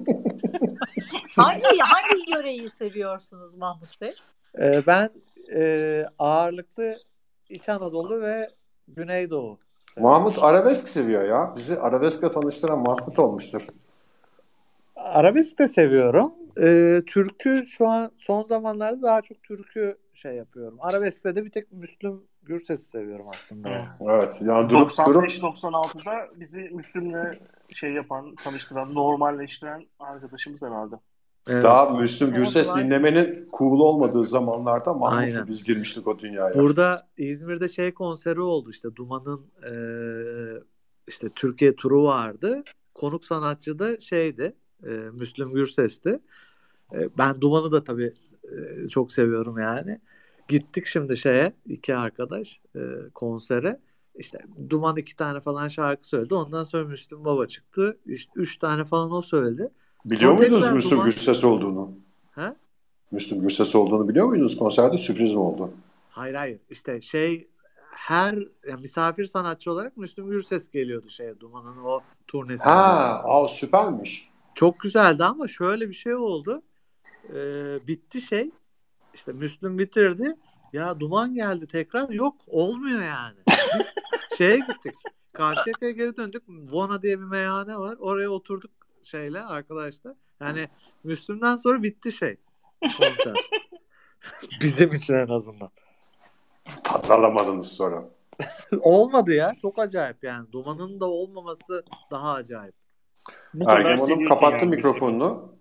Hangi yöreyi seviyorsunuz Mahmut Bey? Ben ağırlıklı İç Anadolu ve Güneydoğu. Mahmut arabesk seviyor ya. Bizi arabeskle tanıştıran Mahmut olmuştur. Arabesk de seviyorum. Türkü şu an son zamanlarda daha çok türkü şey yapıyorum. Arabesk'te de bir tek Müslüm Gürses'i seviyorum aslında. Evet. Yani durup 95-96'da bizi Müslüm'le tanıştıran, normalleştiren arkadaşımız herhalde. daha Müslüm Gürses Evet, dinlemenin cool olmadığı zamanlarda Mahmut'la Aynen. biz girmiştik o dünyaya. Burada İzmir'de konseri oldu işte Duman'ın işte Türkiye turu vardı. Konuk sanatçı da Müslüm Gürses'ti. Ben Duman'ı da tabii çok seviyorum yani. Gittik şimdi iki arkadaş konsere. İşte Duman 2 tane falan şarkı söyledi. Ondan sonra Müslüm Baba çıktı. İşte 3 tane falan o söyledi. Biliyor Sonra muydunuz tekrar Müslüm Gürses olduğunu? He? Müslüm Gürses olduğunu biliyor muydunuz? Konserde sürpriz mi oldu? Hayır. İşte misafir sanatçı olarak Müslüm Gürses geliyordu Duman'ın o turnesinde. Süpermiş. Çok güzeldi ama şöyle bir şey oldu. Bitti İşte Müslüm bitirdi. Ya Duman geldi tekrar. Yok, olmuyor yani. Biz gittik. Karşıyaka'ya geri döndük. Vona diye bir meyhane var. Oraya oturduk arkadaşlar. Yani Müslüm'den sonra bitti konser. Bizim için en azından. Tat alamadınız sonra. Olmadı ya. Çok acayip yani. Duman'ın da olmaması daha acayip. Ergem Hanım kapattı mikrofonunu.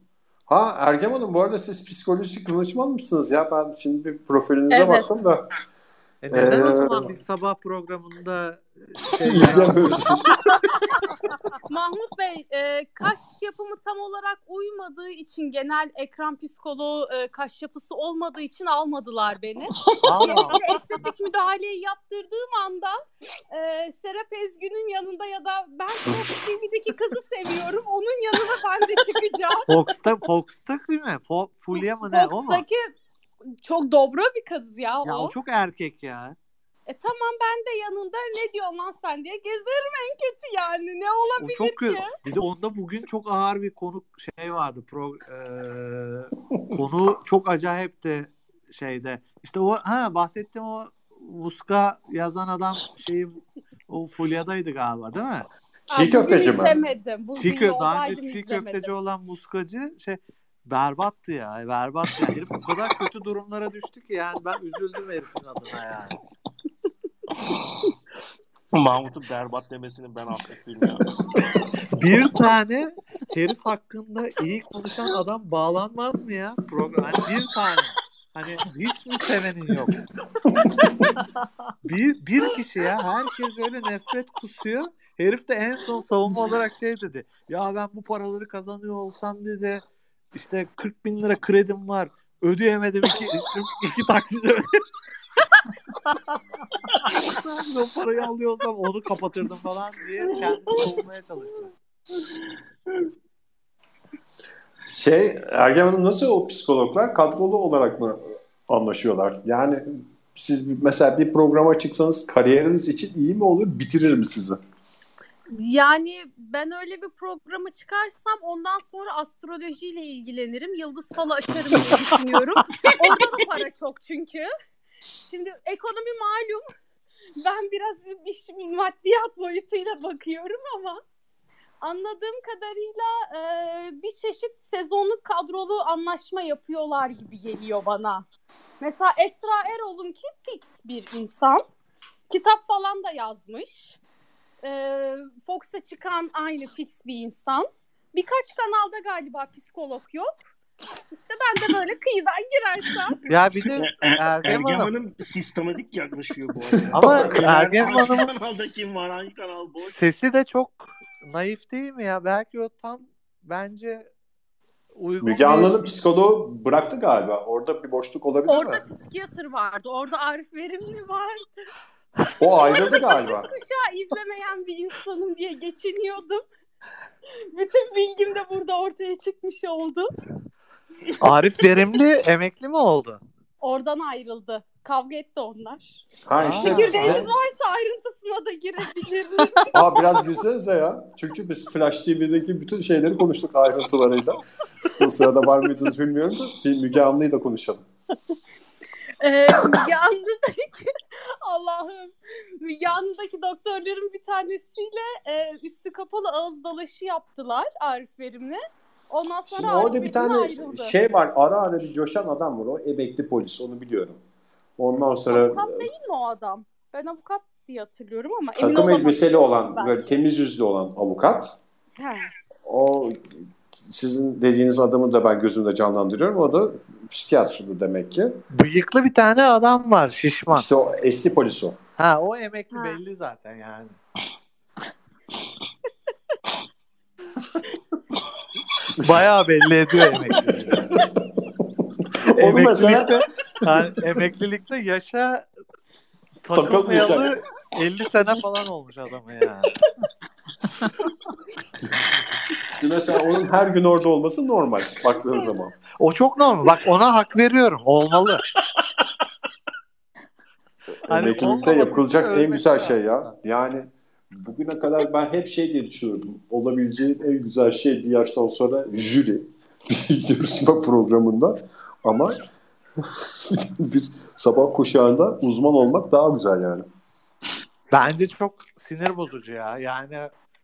Ergem Hanım bu arada siz psikolojik danışman mısınız ya? Ben şimdi bir profilinize baktım da Neden o zaman bir sabah programında İzlemiyoruz. Mahmut Bey, kaş yapımı tam olarak uymadığı için genel ekran psikoloğu kaş yapısı olmadığı için almadılar beni. Gerekli estetik müdahaleyi yaptırdığım anda Serap Ezgün'ün yanında ya da ben Fox TV'deki kızı seviyorum onun yanına ben de çıkacağım. Fox'taki mi? Fulya mı ne o mu? Fox'taki çok dobra bir kız ya Ya o. o çok erkek ya. Tamam ben de yanında ne diyorsun lan sen diye gezerim en kötü yani. Ne olabilir O çok kötü. ki? Bir de onda bugün çok ağır bir konu vardı. Konu çok acayipti şeyde. İşte o bahsettiğim o Muska yazan adam o Fulya'daydı galiba değil mi? Çiğ köfteci mi? İzlemedim. Daha önce çiğ köfteci olan Muskacı berbattı ya. Berbat yani. Herif o kadar kötü durumlara düştü ki yani ben üzüldüm herifin adına yani. Mahmut'un berbat demesinin ben hastasıyım ya. Bir tane herif hakkında iyi konuşan adam bağlanmaz mı ya program? Hani bir tane. Hani hiç mi sevenin yok? Bir kişi ya. Herkes böyle nefret kusuyor. Herif de en son savunma olarak dedi. Ya ben bu paraları kazanıyor olsam dedi. İşte 40.000 lira kredim var. Ödeyemedim. iki taksit ödedim. Ben o parayı alıyorsam onu kapatırdım falan diye kendini savunmaya çalıştım. Ergen Hanım nasıl o psikologlar? Kadrolu olarak mı anlaşıyorlar? Yani siz mesela bir programa çıksanız kariyeriniz için iyi mi olur? Bitirir mi sizi? Yani ben öyle bir programa çıkarsam ondan sonra astrolojiyle ilgilenirim. Yıldız falı açarım diye düşünüyorum. Orada da para çok çünkü. Şimdi ekonomi malum. Ben biraz işin maddiyat boyutuyla bakıyorum ama anladığım kadarıyla bir çeşit sezonluk kadrolu anlaşma yapıyorlar gibi geliyor bana. Mesela Esra Erol'unki fix bir insan. Kitap falan da yazmış. Fox'a çıkan aynı fix bir insan. Birkaç kanalda galiba psikolog yok. İşte ben de böyle kıyıdan girersem. Ya bir de Ergen Hanım sistematik yaklaşıyor bu arada. Ama Ergen Hangi Hanım'ın kanalda kim var, hangi kanal boş? sesi de çok naif değil mi ya? Belki o tam bence uygun Müge Anlı'nın psikoloğu bıraktı galiba. Orada bir boşluk olabilir mi? Orada psikiyatr vardı. Orada Arif Verimli vardı. O ayrıldı galiba. Kuşağı izlemeyen bir insanım diye geçiniyordum. Bütün bilgim de burada ortaya çıkmış oldu. Arif Verimli emekli mi oldu? Oradan ayrıldı. Kavga etti onlar. İşte Çekirdeğiniz varsa ayrıntısına da girebilirim. biraz girsenize ya. Çünkü biz Flash TV'deki bütün şeyleri konuştuk ayrıntılarıyla. O sırada var mıydınız bilmiyorum da bir Müge Anlı'yı da konuşalım. Müge Anlı'daki Allah'ım. Müge Anlı'daki doktorların bir tanesiyle üstü kapalı ağız dalaşı yaptılar Arif Verim'le. Ondan sonra Şimdi orada Arif bir tane ayrıldı. var. Ara bir coşan adam var. O emekli polis. Onu biliyorum. Ondan sonra Avukat değil mi o adam? Ben avukat diye hatırlıyorum ama emin takım olamadım. elbiseli olan, belki. böyle temiz yüzlü olan avukat. He. O sizin dediğiniz adamı da ben gözümde canlandırıyorum. O da psikiyatrdı demek ki. Bıyıklı bir tane adam var, şişman. İşte o eski polis o. O emekli belli zaten yani. Bayağı belli ediyor emekli. Onu mesela emeklilikte yaşa takılmayalı 50 sene falan olmuş adamı yani. mesela onun her gün orada olması normal baktığın zaman. O çok normal. Bak ona hak veriyorum. Olmalı. Emeklilikte yapılacak en güzel şey ya. Yani bugüne kadar ben hep diye düşünüyordum. Olabileceğin en güzel şey bir yaştan sonra jüri. Bir yarışma programında. Ama bir sabah kuşağında uzman olmak daha güzel yani. Bence çok sinir bozucu ya. Yani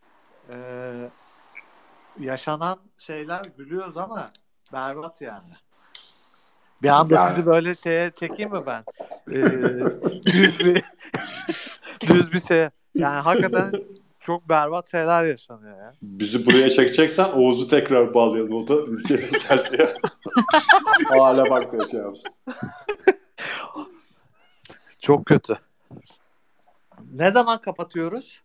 yaşanan şeyler gülüyoruz ama berbat yani. Bir anda sizi böyle çekeyim mi ben? Düz bir şey. Yani hakikaten çok berbat şeyler yaşanıyor ya. Bizi buraya çekeceksen Oğuz'u tekrar bağlayalım. O da ülkeye geldi ya. Hala bak da yapsın. Çok kötü. Ne zaman kapatıyoruz?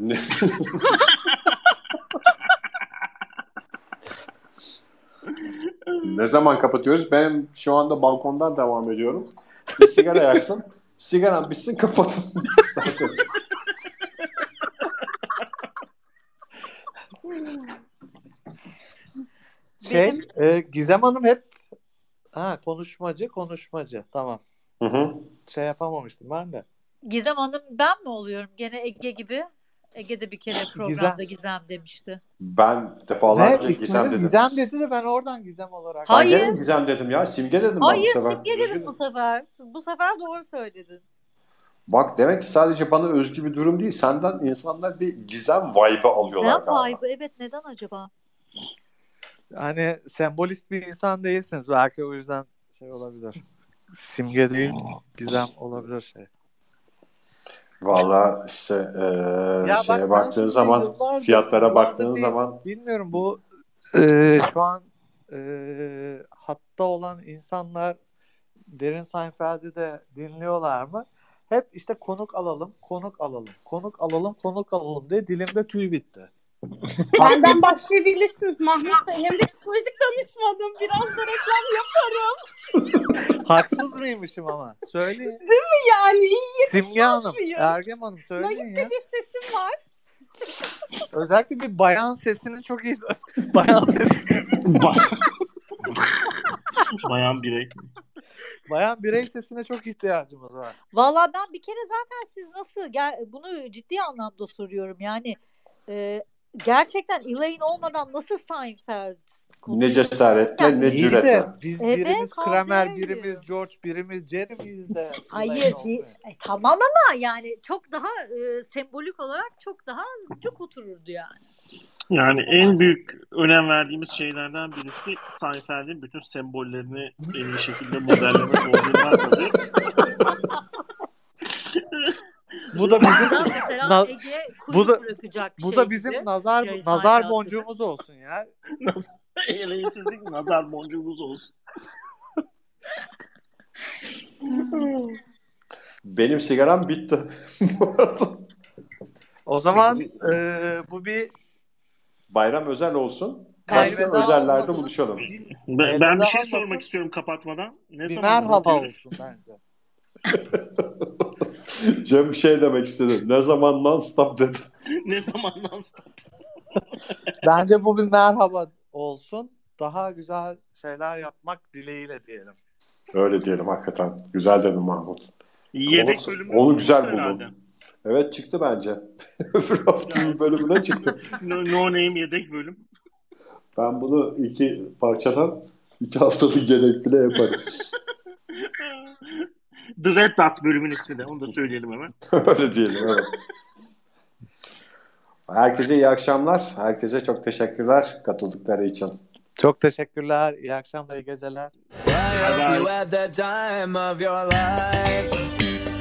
Ne zaman kapatıyoruz? Ben şu anda balkondan devam ediyorum. Bir sigara yaktım. Sigaram bitsin kapatın isterseniz. Gizem Hanım hep konuşmacı. Tamam. Hı hı. Şey yapamamıştım ben de. Gizem Hanım ben mi oluyorum? Gene Ege gibi. Ege de bir kere programda Gizem demişti. Ben defalarca Ne? Gizem dedim. Gizem dedi de ben oradan Gizem olarak. Ben Hayır. gene Gizem dedim ya. Simge dedim ben bu Hayır sefer. Simge dedim bu sefer. Bu sefer doğru söyledin. Bak demek ki sadece bana özgü bir durum değil. Senden insanlar bir Gizem vibe'ı alıyorlar Gizem galiba. vibe'ı evet neden acaba? Hani sembolist bir insan değilsiniz. Belki o yüzden şey olabilir. Simge değil, Gizem olabilir şey. Valla işte şeye baktığın zaman, fiyatlara baktığın zaman bilmiyorum bu şu an hatta olan insanlar Derin Seinfeld'i de dinliyorlar mı? Hep işte konuk alalım diye dilimde tüy bitti. Benden başlayabilirsiniz Mahmut Bey. Hem de psikolojik danışmanım. Biraz da reklam yaparım. Haksız mıymışım ama? Söyleyin. Değil mi yani? İyi Simge Hanım, mıyım? Ergem Hanım söyleyin Naif ya. de bir sesim var. Özellikle bir bayan sesinin çok iyi. Bayan sesi. Bayan birey. Bayan birey sesine çok ihtiyacımız var. Vallahi ben bir kere zaten siz nasıl bunu ciddi anlamda soruyorum. Yani gerçekten Elaine olmadan nasıl Seinfeld ne cesaretle Yani ne İyi de cüretle. biz Evet, birimiz kavga Kramer, ediyor. birimiz George, birimiz Jeremy'yiz de. hayır tamam ama yani çok daha sembolik olarak çok daha cuk otururdu yani. Yani en büyük önem verdiğimiz şeylerden birisi Seinfeld'in bütün sembollerini en iyi şekilde modellemek olduğundan tabii. Bu da bizim Buradan mesela Na- Ege bu kuyruk da- bırakacak bu şey da bizim gibi. nazar Seinfeld boncuğumuz olsun ya. Eğlencesizlik nazar boncuğumuz olsun. Benim sigaram bitti. Bu arada. O zaman bu bir Bayram özel olsun. elveda Başka özellerde olmasın. buluşalım. Ben bir şey olmasın. sormak istiyorum kapatmadan. Ne Bir zaman merhaba bırakıyoruz? olsun bence. Cem bir şey demek istedi. Ne zaman non-stop dedi. Ne zaman non-stop? Bence bu bir merhaba olsun. Daha güzel şeyler yapmak dileğiyle diyelim. Öyle diyelim hakikaten. Güzel dedin Mahmut. Yedek Onu- bölümü onu güzel çıktı herhalde. buldun. Evet çıktı bence. Öbür haftanın bölümüne çıktı. No Name yedek bölüm. Ben bunu 2 parçadan 2 haftalık gerek bile yaparım. The Red Dot bölümün ismi de. Onu da söyleyelim hemen. Öyle diyelim evet. Herkese iyi akşamlar. Herkese çok teşekkürler katıldıkları için. Çok teşekkürler. İyi akşamlar, iyi geceler. Bye bye. You had the time of your life.